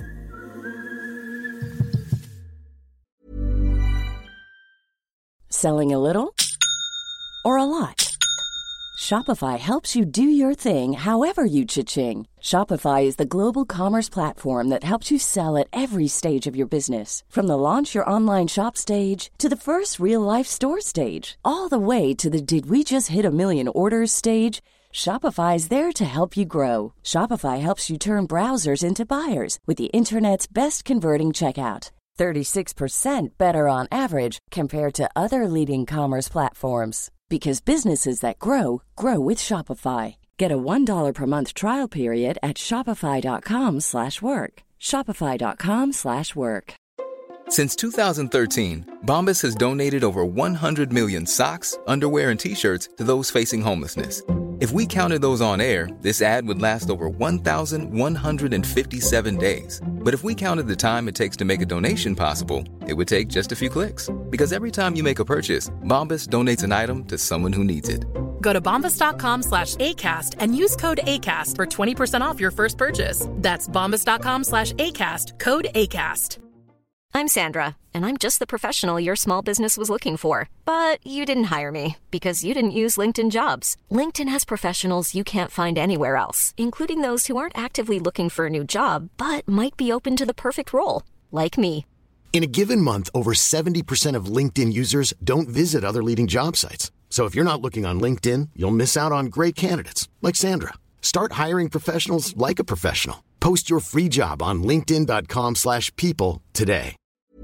Selling a little or a lot? Shopify helps you do your thing however you cha-ching. Shopify is the global commerce platform that helps you sell at every stage of your business. From the launch your online shop stage to the first real-life store stage, all the way to the did we just hit a million orders stage. Shopify is there to help you grow. Shopify helps you turn browsers into buyers with the internet's best converting checkout. thirty-six percent better on average compared to other leading commerce platforms. Because businesses that grow, grow with Shopify. Get a one dollar per month trial period at shopify.com slash work. Shopify.com slash work. Since two thousand thirteen, Bombas has donated over one hundred million socks, underwear, and T-shirts to those facing homelessness. If we counted those on air, this ad would last over one thousand one hundred fifty-seven days. But if we counted the time it takes to make a donation possible, it would take just a few clicks. Because every time you make a purchase, Bombas donates an item to someone who needs it. Go to bombas.com slash ACAST and use code ACAST for twenty percent off your first purchase. That's bombas.com slash ACAST, code ACAST. I'm Sandra, and I'm just the professional your small business was looking for. But you didn't hire me because you didn't use LinkedIn Jobs. LinkedIn has professionals you can't find anywhere else, including those who aren't actively looking for a new job, but might be open to the perfect role, like me. In a given month, over seventy percent of LinkedIn users don't visit other leading job sites. So if you're not looking on LinkedIn, you'll miss out on great candidates like Sandra. Start hiring professionals like a professional. Post your free job on linkedin.com slash people today.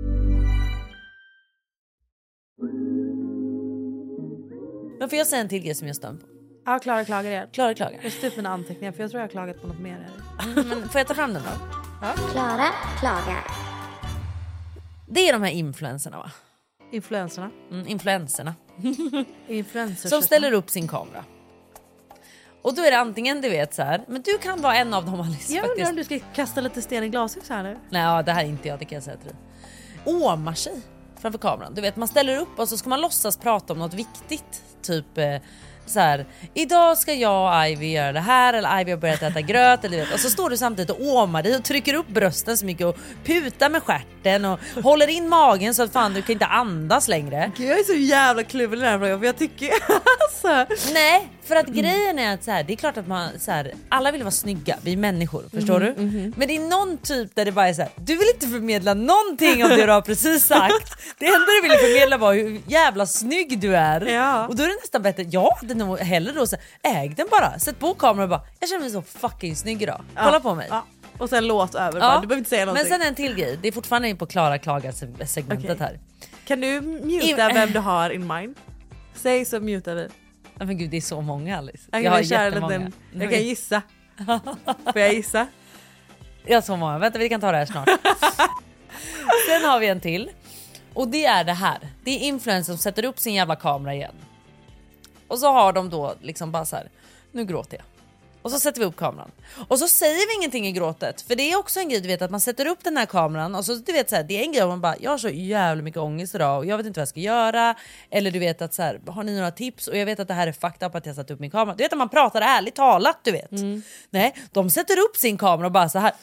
Men får jag säga en till grej som jag stör på? Ja, Klara klagar igen. Klara klagar. Jag styr upp mina anteckningar för jag tror jag har klagat på något mer. Mm, men får jag ta fram den då? Ja. Klara klagar. Det är de här influencerna, va? Influencerna? Mm, influencerna. Influencers som ställer upp sin kamera. Och då är det antingen, du vet så här, men du kan vara en av dem, Alice. Jag undrar faktiskt. om du ska kasta lite sten i glashus här nu. Nej, det här är inte jag, det kan jag säga till dig. Åmar sig framför kameran. Du vet, man ställer upp och så ska man låtsas prata om något viktigt. Typ eh, så här, idag ska jag och Ivy göra det här, eller Ivy har börjat äta gröt, eller du vet. Och så står du samtidigt och åmar dig och trycker upp brösten så mycket och putar med stjärten och håller in magen så att fan du kan inte andas längre. Gud, jag är så jävla kluven i den här frågan, för jag tycker alltså... Nej, för att grejen är att så här, det är klart att man så här, alla vill vara snygga, vi är människor, förstår Mhm, du? mhm. Men det är någon typ där det bara är så här, du vill inte förmedla någonting av det du har precis sagt. Det enda du vill förmedla var hur jävla snygg du är. Ja. Och då är det nästan bättre, jag hade nog hellre då så här, äg den bara, sätt på kameran och bara, jag känner mig så fucking snygg idag. Kolla Ja, på mig. ja. Och sen låt över, Ja. bara. Du behöver inte säga någonting. Men sen en till grej, det är fortfarande in på Klara klagar segmentet Okej. här. Kan du muta I- vem du har in mind? Säg så mutar vi. Ja, men gud, det är så många, Alice. Jag, Jag har kan köra en jättemånga. liten, jag kan gissa. Får jag gissa? Jag har så många. Vänta, vi kan ta det här snart. Sen har vi en till. Och det är det här. Det är influencers som sätter upp sin jävla kamera igen. Och så har de då liksom bara så här, nu gråter jag. Och så sätter vi upp kameran. Och så säger vi ingenting i gråtet. För det är också en grej, du vet, att man sätter upp den här kameran. Och så du vet så här, det är en grej om man bara, jag har så jävla mycket ångest idag och jag vet inte vad jag ska göra. Eller du vet att så här, har ni några tips? Och jag vet att det här är fucked up att jag satt upp min kamera. Du vet att man pratar ärligt talat, du vet. Nej, de sätter upp sin kamera och bara så här.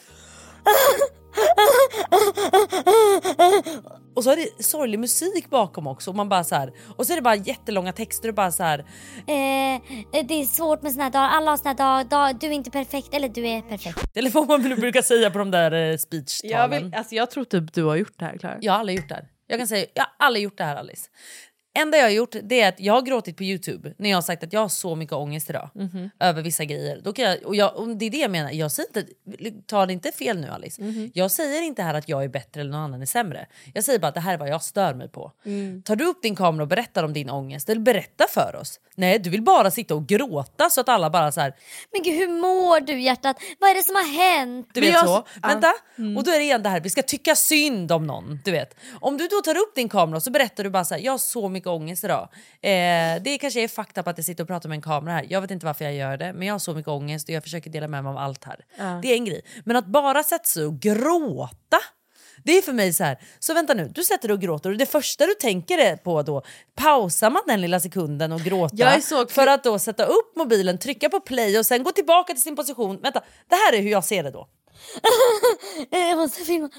Och så är det sorglig musik bakom också och man bara så här, och så är det bara jättelånga texter och bara så här. Eh, det är svårt med såna här dagar. Alla har såna här dagar. Dag, du är inte perfekt, eller du är perfekt. Eller vad man brukar säga på de där eh, speechtalen. Jag, vill, alltså jag tror typ du har gjort det här, Klara. Jag har aldrig gjort det här. Jag kan säga, jag har aldrig gjort det här, Alice. Enda jag har gjort, det är att jag har gråtit på YouTube när jag har sagt att jag har så mycket ångest idag Mhm. över vissa grejer. Då kan jag, och, jag, och det är det jag menar. Jag säger inte, ta det inte fel nu, Alice. Mhm. Jag säger inte här att jag är bättre eller någon annan är sämre. Jag säger bara att det här är vad jag stör mig på. Mm. Tar du upp din kamera och berättar om din ångest, eller berätta för oss. Nej, du vill bara sitta och gråta så att alla bara så här. Men gud, hur mår du, hjärtat? Vad är det som har hänt? Du vet jag- så, ja. vänta. Mm. Och då är det igen det här, vi ska tycka synd om någon, du vet. Om du då tar upp din kamera och så berättar du bara så här, jag har så mycket ångest idag. Eh, det kanske är fakta på att jag sitter och pratar med en kamera här. Jag vet inte varför jag gör det, men jag har så mycket ångest och jag försöker dela med mig av allt här. Ja. Det är en grej. Men att bara sätta sig och gråta, det är för mig så här. Så vänta nu, du sätter dig och gråter och det första du tänker är på då, pausar man den lilla sekunden och gråta Jag är så för att då sätta upp mobilen, trycka på play och sen gå tillbaka till sin position. Vänta, det här är hur jag ser det då. Jag måste filma.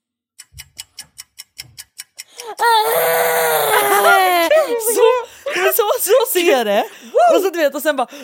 så, så, så ser jag det. Och så du vet, och sen bara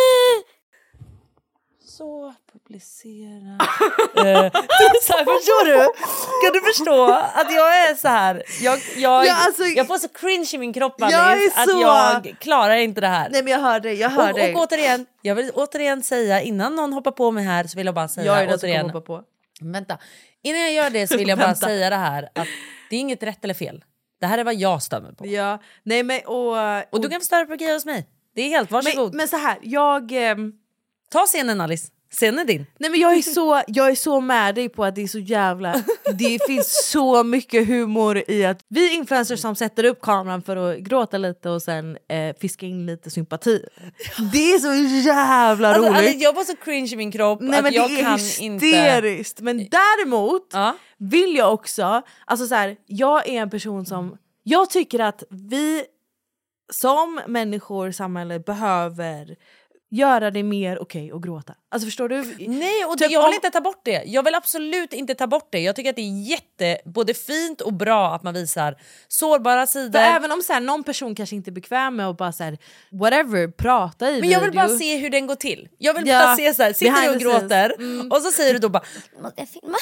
så publicera. eh, så här, förstår du? Kan du förstå att jag är så här? Jag, jag, Ja, alltså- jag får så cringe i min kropp, Jag Alice, är att så- jag klarar inte det här. Nej men jag hör dig, jag hör och, dig. och återigen, jag vill återigen säga innan någon hoppar på mig här så vill jag bara säga jag är den som återigen. kommer hoppa på. Vänta, innan jag gör det så vill jag bara Vänta. säga det här att det är inget rätt eller fel. Det här är vad jag stämmer på. Ja, nej men och... Och du kan få störa på grejer hos mig. Det är helt varsågod. Men, men så här, jag... ehm, Ta scenen, Alice. Scenen är din. Nej men jag är, så, jag är så med dig på att det är så jävla... Det finns så mycket humor i att vi influencers som sätter upp kameran för att gråta lite och sen eh, fiska in lite sympati. Det är så jävla Alltså, roligt. Alice, jag var så cringe i min kropp Nej, att men jag det är kan hysteriskt. inte... Men däremot Ja. vill jag också... Alltså så här, jag är en person som... Jag tycker att vi som människor, samhälle, behöver göra det mer okej att gråta. Alltså förstår du? Nej, och Typ jag vill om- inte ta bort det. Jag vill absolut inte ta bort det. Jag tycker att det är jätte, både fint och bra att man visar sårbara sidor. För även om så här, någon person kanske inte är bekväm med att bara så här, whatever, prata i Men jag vill video. bara se hur den går till. Jag vill Ja, bara se så här, sitter behind du och the scenes. gråter Mm. och så säger du då bara Måste jag filma?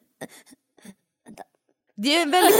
Det är en väldigt,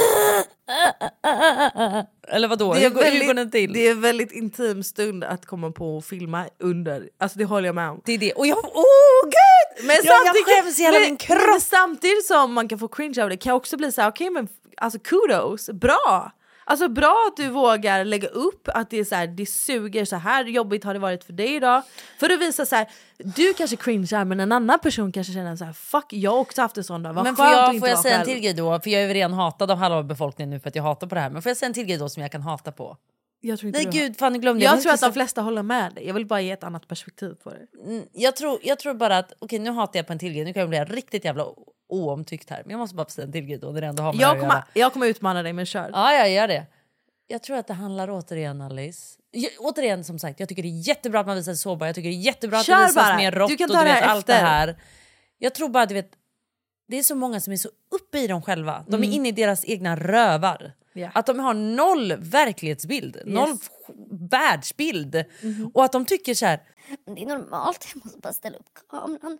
eller vadå? det är Hur, en går- hur går den väldigt, till? det är en väldigt intim stund att komma på och filma under. Alltså det håller jag med om. Det är det. Och jag, oh gud! Men jag, jag samtidigt, skäms i hela men, min kropp. men samtidigt som man kan få cringe av det kan jag också bli så här, okej men alltså kudos, bra. Alltså bra att du vågar lägga upp att det är så här, det suger, så här jobbigt har det varit för dig idag. För att visa så här, du kanske cringear men en annan person kanske känner så här, fuck jag har också haft en sån dag. Vad Men får skönt att jag, inte får jag vara säga en själv. till grej då? För jag är ju redan hatad av halva befolkningen nu för att jag hatar på det här. Men får jag säga en till grej då som jag kan hata på? Jag tror inte Nej du har- gud, fan jag glömde. Jag vill tror att inte de flesta håller med dig. Jag vill bara ge ett annat perspektiv på det. Mm, jag, tror, jag tror bara att, okej nu hatar jag på en till grej. Nu kan jag bli riktigt jävla oomtyckt här. Men jag måste bara säga en till grej då. Det ändå har med Jag att kommer, göra. jag kommer utmana dig, men kör. Ja, jag gör det. Jag tror att det handlar återigen, Alice. Jag, återigen, som sagt, jag tycker det är jättebra att man visar sig sårbar. Jag tycker det är jättebra att Kör det visas bara. mer rått Du kan och ta du det vet här allt det efter. här. Jag tror bara, du vet, det är så många som är så uppe i dem själva. De är Mm. inne i deras egna rövar. Ja. Att de har noll verklighetsbild, Yes. noll f- världsbild. Mhm. Och att de tycker så här. Det är normalt, jag måste bara ställa upp kameran.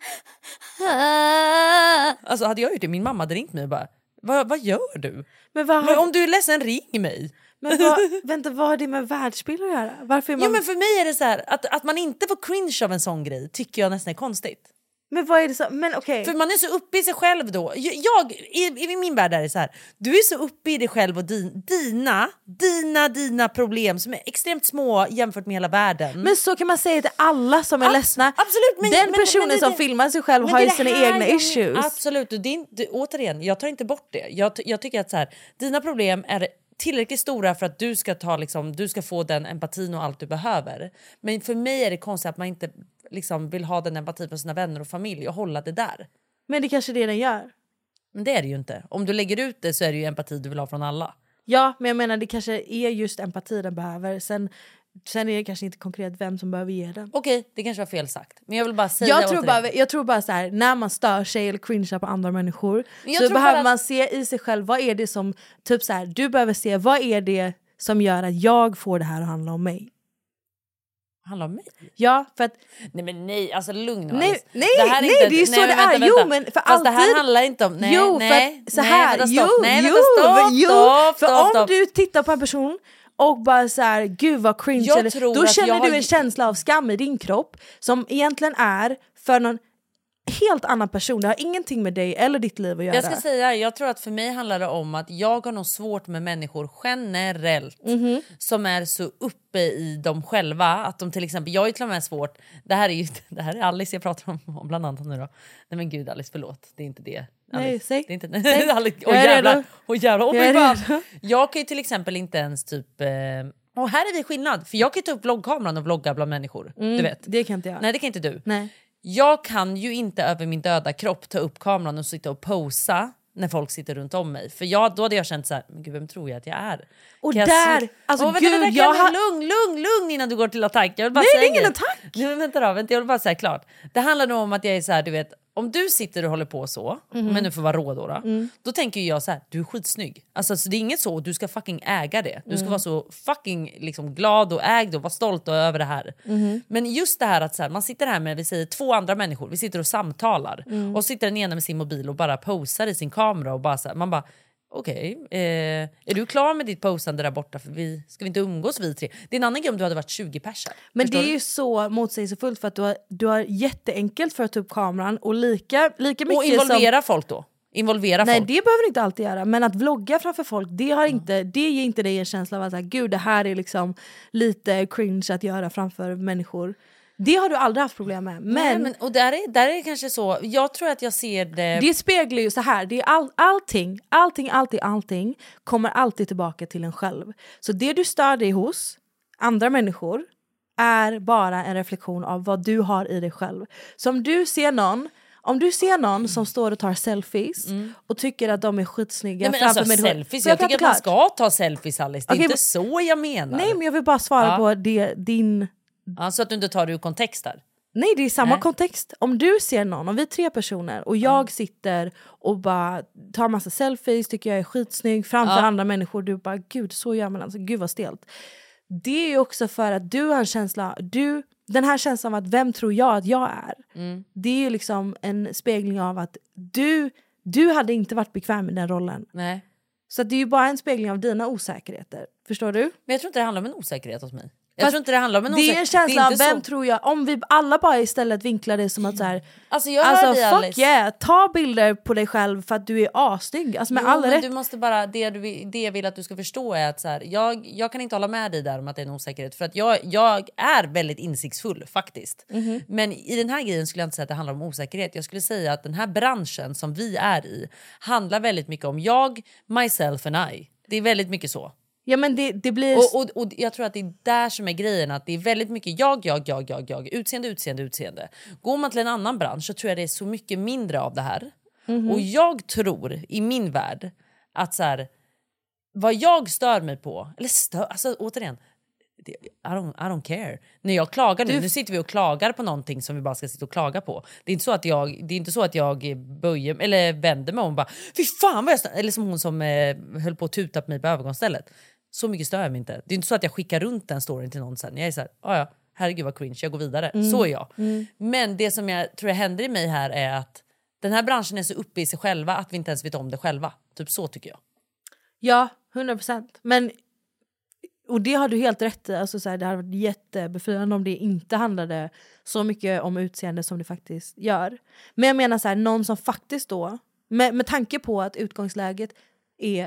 Alltså hade jag gjort det, min mamma hade ringt mig och bara, vad, vad gör du? Men, vad, Men om du är ledsen, ring mig. men vad, vänta, vad har det med världsbild att göra? Varför är man... Jo, men för mig är det så här, att, att man inte får cringe av en sån grej tycker jag nästan är konstigt. Men vad är det så? Men okej. För man är så uppe i sig själv då. Jag, jag i, i min värld är det så här. Du är så uppe i dig själv och din, dina, dina, dina problem som är extremt små jämfört med hela världen. Men så kan man säga till alla som är Abs- ledsna. absolut, men- Den men- personen men det- som filmar sig själv Men har det ju är det sina här egna jag- issues. Absolut, och din, du, återigen, jag tar inte bort det. Jag, jag tycker att så här, dina problem är tillräckligt stora för att du ska ta liksom, du ska få den empatin och allt du behöver. Men för mig är det konstigt att man inte liksom vill ha den empatin för sina vänner och familj och hålla det där. Men det kanske är det den gör. Men det är det ju inte. Om du lägger ut det så är det ju empati du vill ha från alla. Ja, men jag menar det kanske är just empati den behöver. Sen, sen är det kanske inte konkret vem som behöver ge den. Okej, det kanske var fel sagt. Men jag vill bara säga Jag tror återigen. bara, jag tror bara så här, när man stör sig eller cringear på andra människor Men jag så tror behöver bara att- man se i sig själv, vad är det som, typ så här, du behöver se, vad är det som gör att jag får det här att handla om mig? Handlar om mig? Ja, för att... Nej men nej, alltså lugn nu, Nej, Alice. nej, Det här är nej, inte- det är ju så nej, det men vänta, är. Jo, vänta. men för Fast alltid... det här handlar inte om... Nej, jo, nej, för att så nej, här, vänta, jo, stopp. Nej, vänta, jo, stopp, jo, stopp, för stopp, om stopp. du tittar på en person och bara så här, gud vad cringe, Jag eller, tror då att känner jag har- du en känsla av skam i din kropp som egentligen är för någon helt annan person. Det har ingenting med dig eller ditt liv att göra. Jag ska säga, jag tror att för mig handlar det om att jag har nog svårt med människor generellt Mhm. som är så uppe i dem själva att de till exempel, jag är till och med svårt, det här är ju, det här är Alice jag pratar om, om bland annat nu då. Nej men gud Alice, förlåt, det är inte det. Alice, Nej, säg. Det är inte, Säg. Alice, Jag åh är jävlar, redo. åh jävlar, åh Jag är my God. redo. Jag kan ju till exempel inte ens typ, eh, och här är vi skillnad, för jag kan ju ta upp vloggkameran och vlogga bland människor, Mm, du vet. Det kan inte jag. Nej det kan inte du. Nej. Jag kan ju inte över min döda kropp ta upp kameran och sitta och posa när folk sitter runt om mig. För jag, då hade jag känt så här, men gud vem tror jag att jag är? Och Kan jag där, sl- alltså Åh, vänta, gud, vänta, jag kan- har- lugn, lugn, lugn innan du går till attack. Jag vill bara Nej, säga det är ingen grej. attack. Nej, men vänta då, vänta, jag vill bara säga klart. Det handlar nog om att jag är så här, du vet, om du sitter och håller på så, Mhm. men nu får vara rå då, då, Mm. då tänker jag så här, du är skitsnygg. Alltså så det är inget så, du ska fucking äga det. Du ska Mm. vara så fucking liksom glad och ägd och vara stolt och över det här. Mhm. Men just det här att så här, man sitter här med, vi säger två andra människor, vi sitter och samtalar Mm. och sitter den ena med sin mobil och bara posar i sin kamera och bara så här, man bara okej, eh, är du klar med ditt posande där borta för vi ska vi inte umgås vi tre? Det är en annan grej om du hade varit tjugo personer. Men det är ju så motsägelsefullt för att du har, du har jätteenkelt för att ta upp kameran och lika, lika mycket Och involvera som... folk då? Involvera Nej folk? det behöver du inte alltid göra, men att vlogga framför folk det, har inte, det ger inte dig en känsla av att så här, gud det här är liksom lite cringe att göra framför människor. Det har du aldrig haft problem med. Men, Nej, men och där är, där är det kanske så, jag tror att jag ser det... det speglar ju så här, det är all, allting, allting, allting, allting kommer alltid tillbaka till en själv. Så det du stör dig hos andra människor är bara en reflektion av vad du har i dig själv. Så om du ser någon Om du ser någon som står och tar selfies och tycker att de är skitsnygga Nej, men framför alltså, människor. selfies, Får jag tycker att man prata ska ta selfies Alice, det är Okej, inte men- så jag menar. Nej men jag vill bara svara Ja. på det, din... Ja, så att du inte tar det ur kontext där. Nej det är samma Nej. kontext. Om du ser någon, om vi är tre personer och jag sitter och bara tar massa selfies, tycker jag är skitsnygg framför Ja. andra människor, du bara gud så gör man alltså, gud vad stelt. Det är ju också för att du har en känsla, du, den här känslan av att vem tror jag att jag är? Mm. Det är ju liksom en spegling av att du, du hade inte varit bekväm i den rollen. Nej. Så att det är ju bara en spegling av dina osäkerheter. Förstår du? Men jag tror inte det handlar om en osäkerhet hos mig. Jag Fast tror inte det handlar om en det är osäkerhet. en känsla Det är av inte vem så- tror jag, om vi alla bara istället vinklar det som att så här, Alltså jag alltså hör dig, fuck Alice. yeah, ta bilder på dig själv för att du är assnygg. Alltså med Jo, all men rätt. du måste bara, det, du, vill- det jag vill att du ska förstå är att så här, jag, jag kan inte hålla med dig där om att det är en osäkerhet. För att jag, jag är väldigt insiktsfull faktiskt. Mhm. Men i den här grejen skulle jag inte säga att det handlar om osäkerhet. Jag skulle säga att den här branschen som vi är i handlar väldigt mycket om jag, myself and I. Det är väldigt mycket så. Ja men det, det blir... Och, och, och jag tror att det är där som är grejen, att det är väldigt mycket jag, jag, jag, jag, jag, utseende, utseende, utseende. Går man till en annan bransch så tror jag det är så mycket mindre av det här. Mm-hmm. Och jag tror i min värld att så här, vad jag stör mig på, eller stör, alltså återigen, I don't, I don't care. När jag klagar nu, du... nu sitter vi och klagar på någonting som vi bara ska sitta och klaga på. Det är inte så att jag, det är inte så att jag böjer, eller vänder mig om och bara, fy fan vad jag stör. Eller som hon som eh, höll på att tuta på mig på övergångsstället. Så mycket stör jag mig inte. Det är inte så att jag skickar runt den storyn till någon sen. Jag är så här, ah, ja, herregud vad cringe, jag går vidare. Mm. Så är jag. Mm. Men det som jag tror jag händer i mig här är att den här branschen är så uppe i sig själva att vi inte ens vet om det själva. Typ så tycker jag. Ja, hundra procent. Men, och det har du helt rätt i. Alltså, så här, det hade varit jättebefriande om det inte handlade så mycket om utseende som det faktiskt gör. Men jag menar så här, någon som faktiskt då, med, med tanke på att utgångsläget är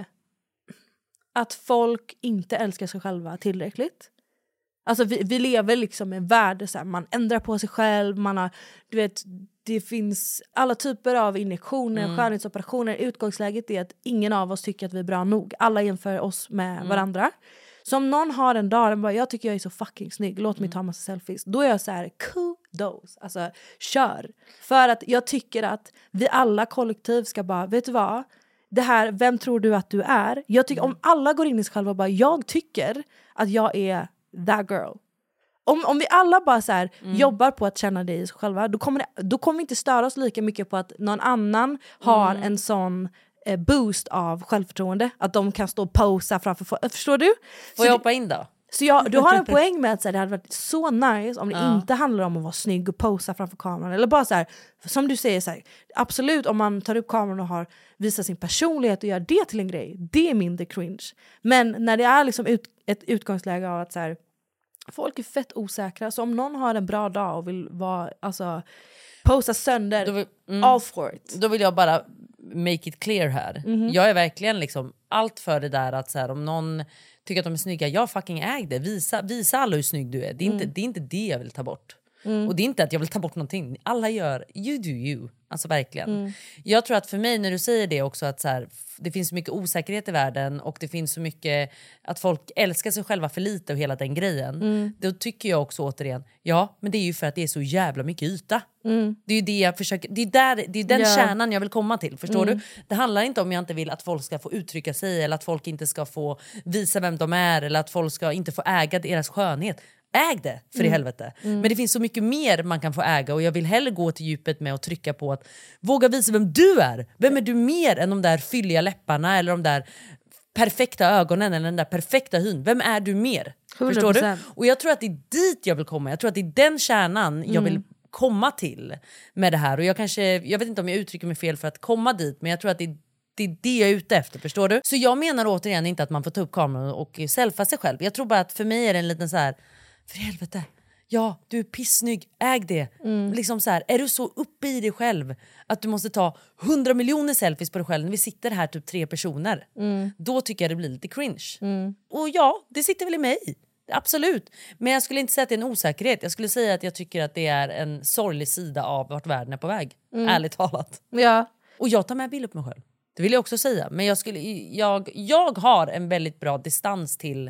att folk inte älskar sig själva tillräckligt. Alltså vi, vi lever liksom i en värld så här, man ändrar på sig själv, man har, du vet, det finns alla typer av injektioner, mm. skönhetsoperationer. Utgångsläget är att ingen av oss tycker att vi är bra nog. Alla jämför oss med mm. varandra. Så om någon har en dag och bara, jag tycker jag är så fucking snygg, låt mig ta massa selfies. Då är jag så här, kudos. Alltså, kör. För att jag tycker att vi alla kollektiv ska bara, vet du vad? Det här, vem tror du att du är? Jag tycker, mm. om alla går in i sig själva och bara, jag tycker att jag är that girl. Om, om vi alla bara så här, mm. jobbar på att känna det i sig själva, då kommer, det, då kommer vi inte störa oss lika mycket på att någon annan har mm. en sån eh, boost av självförtroende. Att de kan stå och posa framför folk. Förstår du? Får så jag hoppa in då? Så jag, du har en poäng med att så här, det hade varit så nice om det ja. inte handlar om att vara snygg och posa framför kameran. Eller bara så här, som du säger, så här, absolut om man tar upp kameran och har visat sin personlighet och gör det till en grej, det är mindre cringe. Men när det är liksom ut, ett utgångsläge av att så här, folk är fett osäkra, så om någon har en bra dag och vill vara, alltså, posa sönder, vill, mm, all for it. Då vill jag bara make it clear här. Mm-hmm. Jag är verkligen liksom allt för det där att så här, om någon tycker att de är snygga, jag fucking äg det. Visa, visa alla hur snygg du är. Det är, mm. inte, det är inte det jag vill ta bort. Mm. Och det är inte att jag vill ta bort någonting. Alla gör, you do you. Alltså verkligen. Mm. Jag tror att för mig när du säger det också att så här, det finns så mycket osäkerhet i världen och det finns så mycket att folk älskar sig själva för lite och hela den grejen. Mm. Då tycker jag också återigen, ja men det är ju för att det är så jävla mycket yta. Mm. Det är ju det jag försöker, det är, där, det är den yeah. kärnan jag vill komma till, förstår mm. du? Det handlar inte om jag inte vill att folk ska få uttrycka sig eller att folk inte ska få visa vem de är eller att folk ska inte få äga deras skönhet. Äg det, för mm. i helvete. Mm. Men det finns så mycket mer man kan få äga och jag vill hellre gå till djupet med att trycka på att våga visa vem du är. Vem är du mer än de där fylliga läpparna eller de där perfekta ögonen eller den där perfekta hyn? Vem är du mer? hundra procent. Förstår du? Och jag tror att det är dit jag vill komma. Jag tror att det är den kärnan mm. jag vill komma till med det här. Och jag kanske, jag vet inte om jag uttrycker mig fel för att komma dit, men jag tror att det är Det är det jag är ute efter, förstår du? Så jag menar återigen inte att man får ta upp kameran och selfa sig själv. Jag tror bara att för mig är det en liten så här, för helvete, ja du är pissnygg, äg det. Mm. Liksom så här, är du så uppe i dig själv att du måste ta hundra miljoner selfies på dig själv när vi sitter här typ tre personer. Mm. Då tycker jag det blir lite cringe. Mm. Och ja, det sitter väl i mig. Absolut. Men jag skulle inte säga att det är en osäkerhet. Jag skulle säga att jag tycker att det är en sorglig sida av vart världen är på väg. Mm. Ärligt talat. Ja. Och jag tar med bilder på mig själv. Det vill jag också säga. Men jag, skulle, jag, jag har en väldigt bra distans till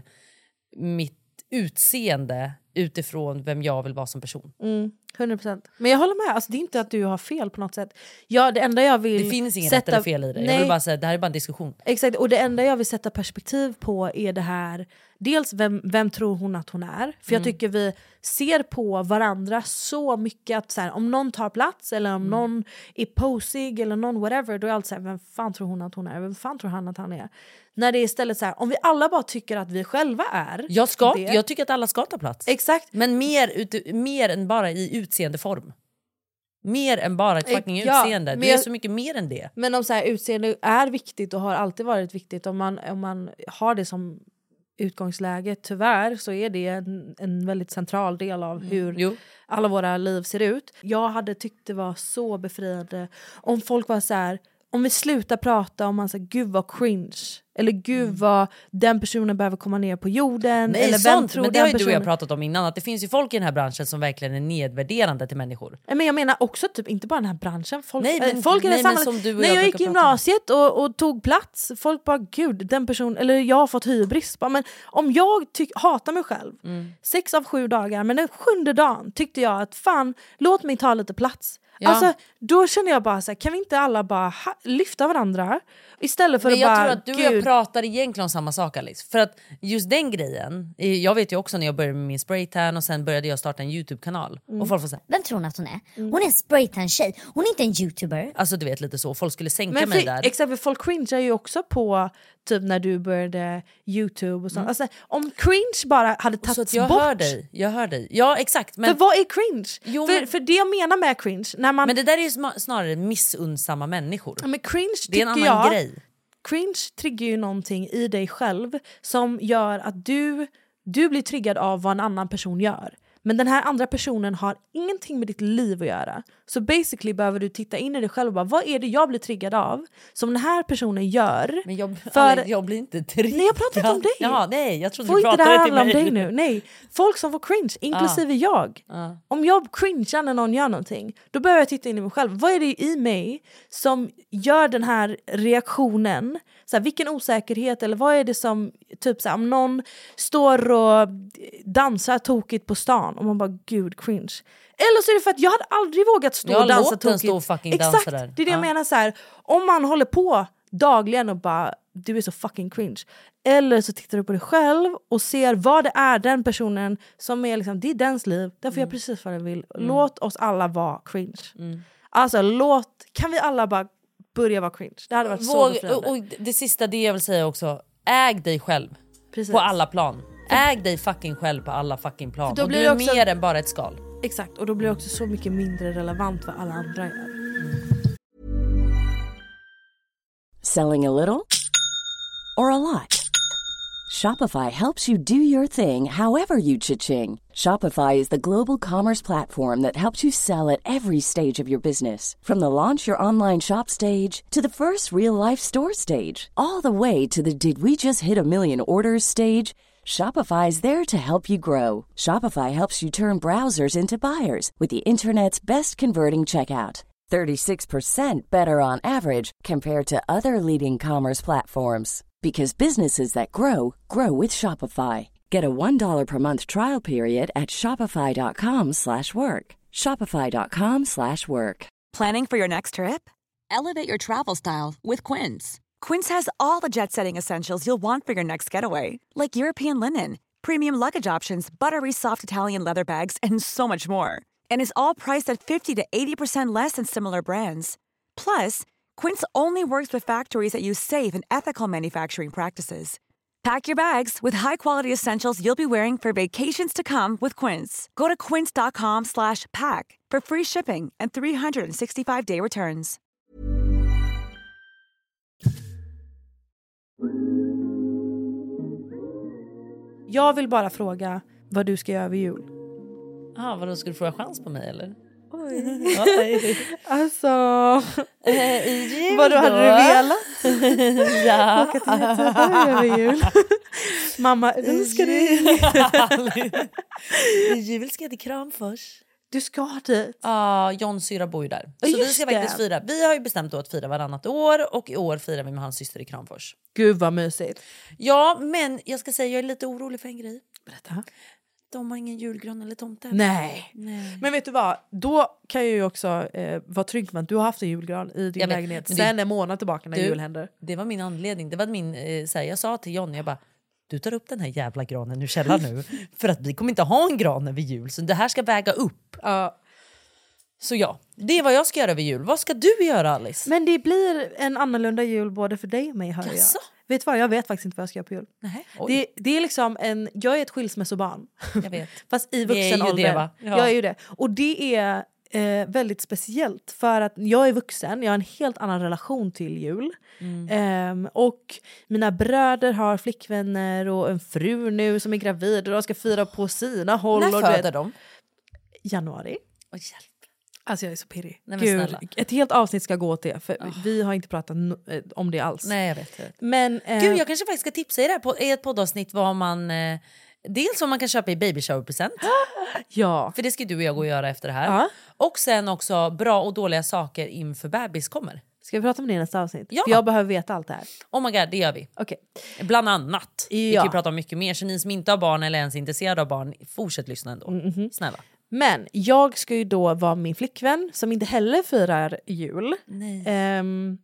mitt utseende utifrån vem jag vill vara som person. Mm, hundra procent. Men jag håller med. Alltså, det är inte att du har fel på något sätt. Ja, det enda jag vill det finns ingen sätta... rätt eller fel i det. Nej. Jag vill bara säga, det här är bara en diskussion. Exakt. Och det enda jag vill sätta perspektiv på är det här. Dels vem, vem tror hon att hon är? För jag mm. tycker vi ser på varandra så mycket att så här, om någon tar plats eller om mm. någon är posig eller någon whatever, då är allt så här, vem fan tror hon att hon är? Vem fan tror han att han är? När det är istället så här, om vi alla bara tycker att vi själva är jag, ska, det, jag tycker att alla ska ta plats. Exakt. Men mer, ut, mer än bara i utseendeform. Mer än bara ett fucking ja, utseende. Det är jag, så mycket mer än det. Men om så här, utseende är viktigt och har alltid varit viktigt, om man, om man har det som utgångsläge, tyvärr så är det en, en väldigt central del av hur mm. alla våra liv ser ut. Jag hade tyckt det var så befriande om folk var så här, om vi slutar prata om man säger gud vad cringe Eller gud vad den personen behöver komma ner på jorden. Nej, eller sånt, vem tror men det den har ju du och personen... jag pratat om innan. Att det finns ju folk i den här branschen som verkligen är nedvärderande till människor. Men jag menar också typ inte bara den här branschen. Folk, Nej, men, äh, folk i nej, det men samhället. som du och När jag, jag gick i brukar prata om. gymnasiet och, och tog plats. Folk bara gud den person. Eller jag har fått hybris. Bara, men om jag tyck, hatar mig själv. Mm. Sex av sju dagar. Men den sjunde dagen tyckte jag att fan låt mig ta lite plats. Ja. Alltså då känner jag bara så här, kan vi inte alla bara ha, lyfta varandra istället för Men att jag bara tror att du och jag gud. pratar egentligen om samma sak, Alice. För att just den grejen, eh, jag vet ju också när jag började med min spraytan och sen började jag starta en YouTube-kanal. Mm. Och folk får säga, Vem tror hon att hon är? Hon är en spraytan-tjej. Hon är inte en youtuber. alltså du vet lite så, folk skulle sänka Men mig för, där. exakt, folk cringear ju också på typ när du började YouTube och sånt. Mm. Alltså, om cringe bara hade Så tagits att jag bort. hör dig, jag hör dig. Ja exakt. Men, För vad är cringe? Jo, för, men- för det jag menar med cringe, när man... men det där är ju sma- snarare missunnsamma människor. Ja, men cringe Det är en tycker annan jag, grej. Cringe triggar ju någonting i dig själv som gör att du, du blir triggad av vad en annan person gör. Men den här andra personen har ingenting med ditt liv att göra. Så basically behöver du titta in i dig själv och bara, vad är det jag blir triggad av som den här personen gör? Men jag, För- Alex, jag blir inte triggad. Nej, jag pratar inte om dig. Ja, nej, jag trodde Får du inte det pratade här till handla om mig. dig nu? Nej, folk som får cringe, inklusive jag. Ja. Om jag cringear när någon gör någonting, då börjar jag titta in i mig själv. Vad är det i mig som gör den här reaktionen? Så här, vilken osäkerhet eller vad är det som, typ så här, om någon står och dansar tokigt på stan och man bara gud cringe. Eller så är det för att jag hade aldrig vågat stå Ja, och dansa låt den tokigt. stå och fucking Exakt, dansa där. det är det jag Ja. menar så här. Om man håller på dagligen och bara du är så fucking cringe. Eller så tittar du på dig själv och ser vad det är den personen som är liksom, det är dens liv. Den får jag precis vad den vill. Låt oss alla vara cringe. Mm. Alltså låt, kan vi alla bara börja vara cringe? Det hade varit så Våg, befriande. och, och det sista det jag vill säga också, äg dig själv. Precis. På alla plan. Äg dig fucking själv på alla fucking plan. För då Och blir du det är också- mer än bara ett skal. Exakt, och då blir det också så mycket mindre relevant vad alla andra gör. Selling a little or a lot? Shopify helps you do your thing however you cha-ching. Shopify is the global commerce platform that helps you sell at every stage of your business. From the launch your online shop stage to the first real life store stage, all the way to the did we just hit a million orders stage. Shopify is there to help you grow. Shopify helps you turn browsers into buyers with the internet's best converting checkout. thirty-six percent better on average compared to other leading commerce platforms. Because businesses that grow, grow with Shopify. Get a one dollar per month trial period at shopify.com slash work. Shopify.com slash work. Planning for your next trip? Elevate your travel style with Quince. Quince has all the jet-setting essentials you'll want for your next getaway, like European linen, premium luggage options, buttery soft Italian leather bags, and so much more. And is all priced at fifty to eighty percent less than similar brands. Plus, Quince only works with factories that use safe and ethical manufacturing practices. Pack your bags with high-quality essentials you'll be wearing for vacations to come with Quince. Go to quince.com slash pack for free shipping and three sixty-five day returns. Jag vill bara fråga vad du ska göra över jul. Ah, vadå, ska du få en chans på mig eller? Oj. Oj. Alltså... Eh, i jul Vad då hade då? du velat? Ja. Åka till Göteborg över jul. Mamma, önskar du? I jul ska jag till Kramfors. Du ska dit? Ja, ah, John syra bor ju där. Ja, Så vi just ska det. faktiskt fira. Vi har ju bestämt då att fira varannat år. Och i år firar vi med hans syster i Kramfors. Gud vad mysigt. Ja, men jag ska säga jag är lite orolig för en grej. Berätta. De har ingen julgran eller tomte. Nej. Nej. Men vet du vad? Då kan jag ju också eh, vara trygg med att du har haft en julgran i din Jag vet, lägenhet men det- sen en månad tillbaka när Du, jul händer. Det var min anledning. Det var min, eh, så här, jag sa till John, jag bara, du tar upp den här jävla granen ur källaren nu. För att vi kommer inte ha en gran över jul. Så det här ska väga upp. Ja. Så ja, det är vad jag ska göra över jul. Vad ska du göra, Alice? Men det blir en annorlunda jul både för dig och mig, hör jag. Jaså? Vet du vad, jag vet faktiskt inte vad jag ska göra på jul. Nej. Oj. Det, det är liksom en, jag är ett skilsmässobarn. Jag vet. Fast i Vi är vuxen ju ålder. det, va? Ja. Jag är ju det. Och det är eh, väldigt speciellt för att jag är vuxen, jag har en helt annan relation till jul. Mm. Ehm, och mina bröder har flickvänner och en fru nu som är gravid och de ska fira på sina håll. När och du föder vet, de? januari. Åh, hjälp. Alltså jag är så pirrig. Nej, men Gud, snälla. ett helt avsnitt ska gå till för oh. vi har inte pratat no- om det alls. Nej jag vet. Jag vet. Men, eh, Gud jag kanske faktiskt ska tipsa i det här på, i ett poddavsnitt vad man... Eh, dels vad man kan köpa i baby shower present. Ja. För det ska du och jag gå och göra efter det här. Ja. Och sen också bra och dåliga saker inför bebis kommer. Ska vi prata om det i nästa avsnitt? Ja. För jag behöver veta allt det här. Oh my god, det gör vi. Okay. Bland annat. Ja. Vi kan ju prata om mycket mer. Så ni som inte har barn eller ens är intresserade av barn, fortsätt lyssna ändå. Mm-hmm. Snälla. Men jag ska ju då vara min flickvän som inte heller firar jul. Nej. Um,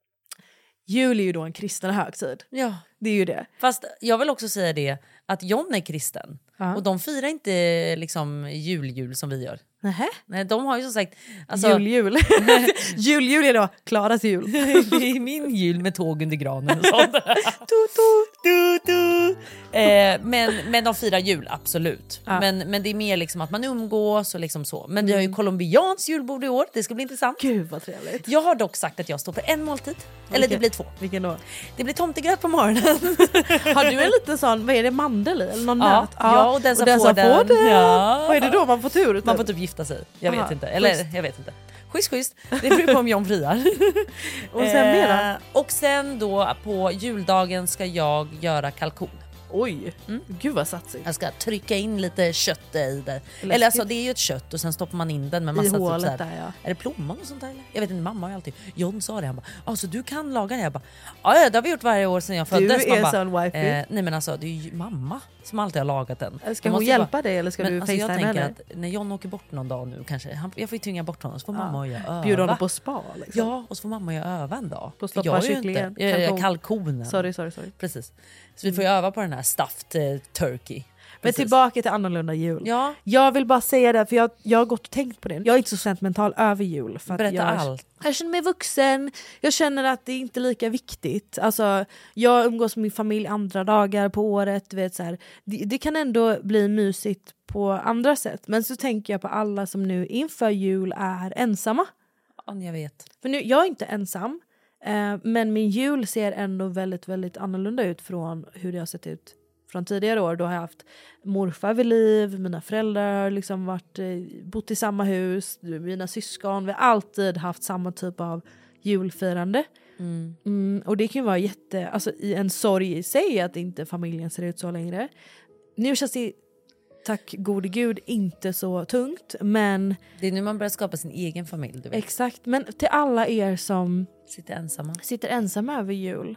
jul är ju då en kristen högtid. Ja. Det är ju det. Fast jag vill också säga det att John är kristen. Ja. Och de firar inte liksom jul-jul som vi gör. Nähä? Nej, de har ju som sagt... Alltså, Jul-jul. Jul-jul är då Klaras jul. Det är min jul med tåg under granen och sånt. tu, tu, tu, tu. Eh, men, men de firar jul, absolut. Ja. Men, men det är mer liksom att man umgås och liksom så. Men vi har ju colombians julbord i år, det ska bli intressant. Gud vad trevligt. Jag har dock sagt att jag står för en måltid. Eller Vilken? det blir två. Vilken då? Det blir tomtegröt på morgonen. Har du en liten sån, vad är det, mandel i? Eller någon Ja, nöt? ja, och den som och den får som den. får den. Ja. Vad är det då man får tur? Typ? Man får typ gifta sig. Jag Aha, vet inte. Eller schysst. jag vet inte. Schysst, schysst. Det beror på om John friar. Och sen mer då? Eh, Och sen då på juldagen ska jag göra kalkon. Oj, mm. Gud vad satsigt. Jag ska trycka in lite kött i det. Läskigt. Eller alltså det är ju ett kött och sen stoppar man in den med massa I hålet typ så här, där, ja. Är det plommon och sånt där eller? Jag vet inte, mamma har ju alltid. John sa det, han bara, alltså du kan laga det. Jag bara, ja det har vi gjort varje år sedan jag föddes. Du Man är bara, sån wifey. eh, nej men alltså det är ju mamma som alltid har lagat den. Ska Man hon måste ju hjälpa bara, dig eller ska men du alltså, jag FaceTime tänker henne? att när John åker bort någon dag nu kanske, han, jag får ju tvinga bort honom så får Ja. mamma och jag öva. Bjuder honom på spa liksom. Ja, och så får mamma och jag öva en dag. På För stoppa jag är ju kycklingen, inte- eh, kalkon. kalkonen. Sorry, sorry, sorry. Precis. Så vi får ju öva på den här stuffed eh, turkey. Men Precis. tillbaka till annorlunda jul. Ja. Jag vill bara säga det för jag, jag har gått och tänkt på det. Jag är inte så sentimental över jul. För att Berätta jag, allt. Jag känner mig vuxen. Jag känner att det är inte lika viktigt. Alltså, jag umgås med min familj andra dagar på året. Du vet, så här. Det, det kan ändå bli mysigt på andra sätt. Men så tänker jag på alla som nu inför jul är ensamma. Ja, jag vet. För nu, jag är inte ensam. Eh, men min jul ser ändå väldigt, väldigt annorlunda ut från hur det har sett ut från tidigare år. Då har jag haft morfar vid liv, mina föräldrar har liksom varit, eh, bott i samma hus, mina syskon. Vi har alltid haft samma typ av julfirande. Mm. Mm, och det kan ju vara jätte, alltså i en sorg i sig att inte familjen ser ut så längre. Nu känns det, tack gode gud, inte så tungt. Men det är nu man börjar skapa sin egen familj. Du vet. Exakt, men till alla er som sitter ensamma, sitter ensamma över jul.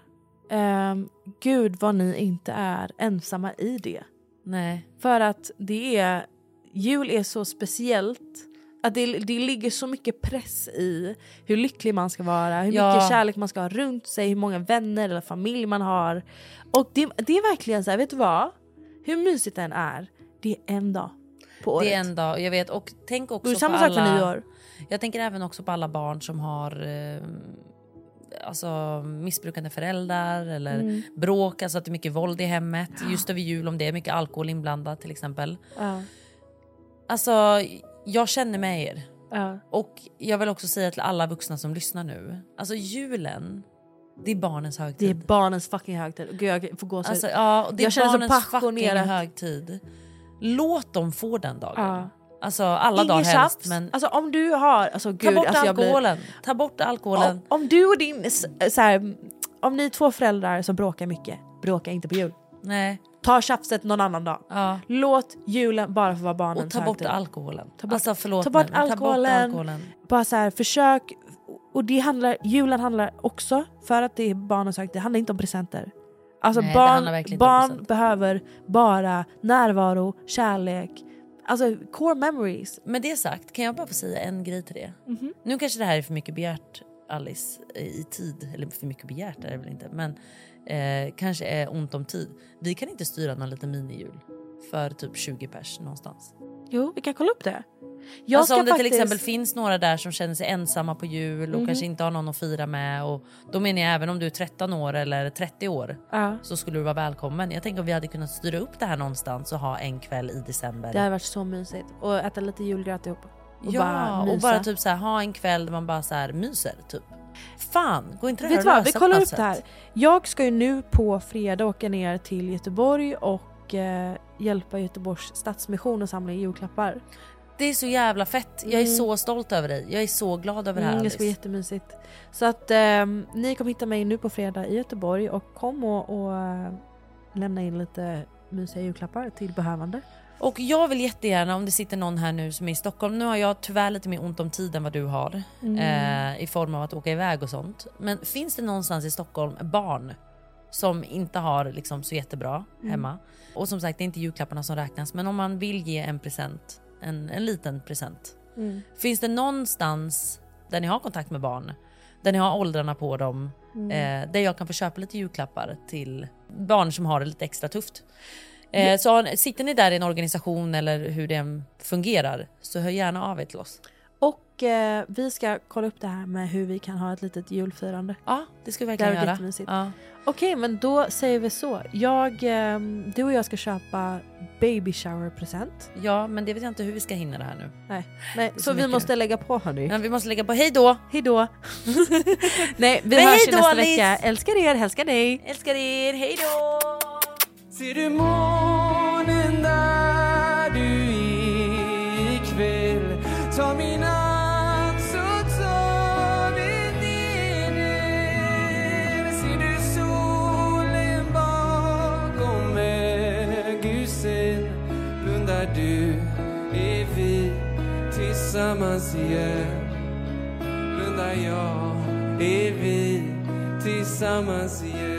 Um, gud vad ni inte är ensamma i det. Nej. För att det är, jul är så speciellt. Att det, det ligger så mycket press i hur lycklig man ska vara. Hur Ja. mycket kärlek man ska ha runt sig. Hur många vänner eller familj man har. Och det, det är verkligen så här, vet du vad? Hur mysigt den är. Det är en dag på året. Det är en dag, jag vet. Och tänk också Och det är samma på sak för alla, nyår. Jag tänker även också på alla barn som har eh, alltså missbrukande föräldrar eller Mm. bråk, alltså att det är mycket våld i hemmet. Just över jul om det är mycket alkohol inblandat till exempel. Ja. Alltså jag känner med er. Ja. Och jag vill också säga till alla vuxna som lyssnar nu. Alltså julen, det är barnens högtid. Det är barnens fucking högtid. Gud, jag får gå så. Alltså, ja, det är jag känner så barnens fucking passionerat. högtid. Låt dem få den dagen. Ja. Alltså alla Ingen dagar helst. tjafs. Men Alltså om du har, alltså ta gud, bort alltså, jag blir- alkoholen. Ta bort alkoholen. Om, om du och din, s- så här, om ni är två föräldrar som bråkar mycket, bråka inte på jul. Nej. Ta tjafset någon annan dag. Ja. Låt julen bara få vara barnens Och ta bort högtid. alkoholen. Ta bort, Alltså förlåt ta bort mig, men alkoholen. ta bort alkoholen. Bara så här, försök. Och det handlar, julen handlar också, för att det är barnens högtid, det handlar inte om presenter. Alltså Nej, det handlar barn, verkligen inte om barn presenter. behöver bara närvaro, kärlek, alltså core memories. Med det sagt kan jag bara få säga en grej till det. Mhm. Nu kanske det här är för mycket begärt, Alice, i tid. Eller för mycket begärt är det väl inte. Men eh, kanske är ont om tid. Vi kan inte styra någon liten minijul för typ tjugo pers någonstans. Jo, vi kan kolla upp det. Jag Alltså ska om det faktiskt- till exempel finns några där som känner sig ensamma på jul och Mhm. kanske inte har någon att fira med. Och då menar jag även om du är tretton år eller trettio år Ja. så skulle du vara välkommen. Jag tänker om vi hade kunnat styra upp det här någonstans och ha en kväll i december. Det har varit så mysigt. Och äta lite julgröt ihop. Och ja, bara och mysa. bara typ så här, ha en kväll där man bara så här myser typ. Fan, gå inte det Vet här du och vad, vi lösa kollar på upp något det här. sätt. Jag ska ju nu på fredag åka ner till Göteborg och eh, hjälpa Göteborgs Stadsmission och samla in julklappar. Det är så jävla fett. Jag är Mm. så stolt över dig. Jag är så glad över det här, Mm, det Alice. ska bli jättemysigt. Så att eh, ni kommer hitta mig nu på fredag i Göteborg och kom och, och äh, lämna in lite mysiga julklappar till behövande. Och jag vill jättegärna, om det sitter någon här nu som är i Stockholm, nu har jag tyvärr lite mer ont om tid än vad du har, Mm. eh, i form av att åka iväg och sånt. Men finns det någonstans i Stockholm barn som inte har liksom så jättebra Mm. hemma? Och som sagt, det är inte julklapparna som räknas, men om man vill ge en present, en, en liten present. Mm. Finns det någonstans där ni har kontakt med barn, där ni har åldrarna på dem, Mm. eh, där jag kan få köpa lite julklappar till barn som har det lite extra tufft? Eh, så har, sitter ni där i en organisation eller hur det fungerar, så hör gärna av er till oss. Och eh, vi ska kolla upp det här med hur vi kan ha ett litet julfirande. Ja, det ska vi Det verkligen är göra. jättemysigt. Ja. Okej, men då säger vi så. Jag, eh, du och jag ska köpa baby shower present. ja, men det vet jag inte hur vi ska hinna det här nu. Nej, Nej så så vi mycket. måste lägga på, hörni. Ja, vi måste lägga på hej då. Hej då. Nej, vi Men hörs hej ju då, nästa Alice. vecka. Älskar er, älskar dig. Älskar er, hej då. Ser du månen där du är ikväll? Ta min hand så tar vi ner den. Ser du solen bakom ögusen? Blundar du, är vi tillsammans igen? Blundar jag, är vi tillsammans igen?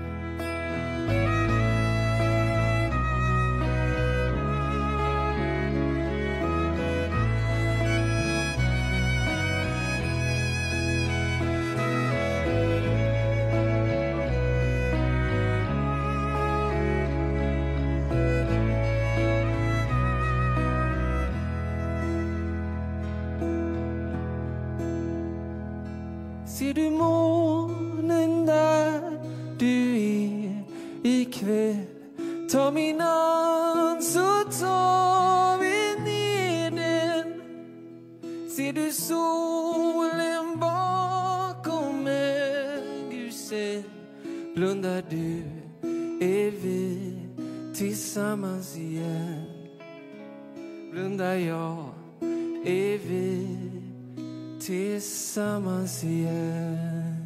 Ser du månen där du är ikväll? Ta min hand så tar vi ner den. Ser du solen bakom ögusen? Blundar du, är vi tillsammans igen? Blundar jag, är vi tillsammans igen?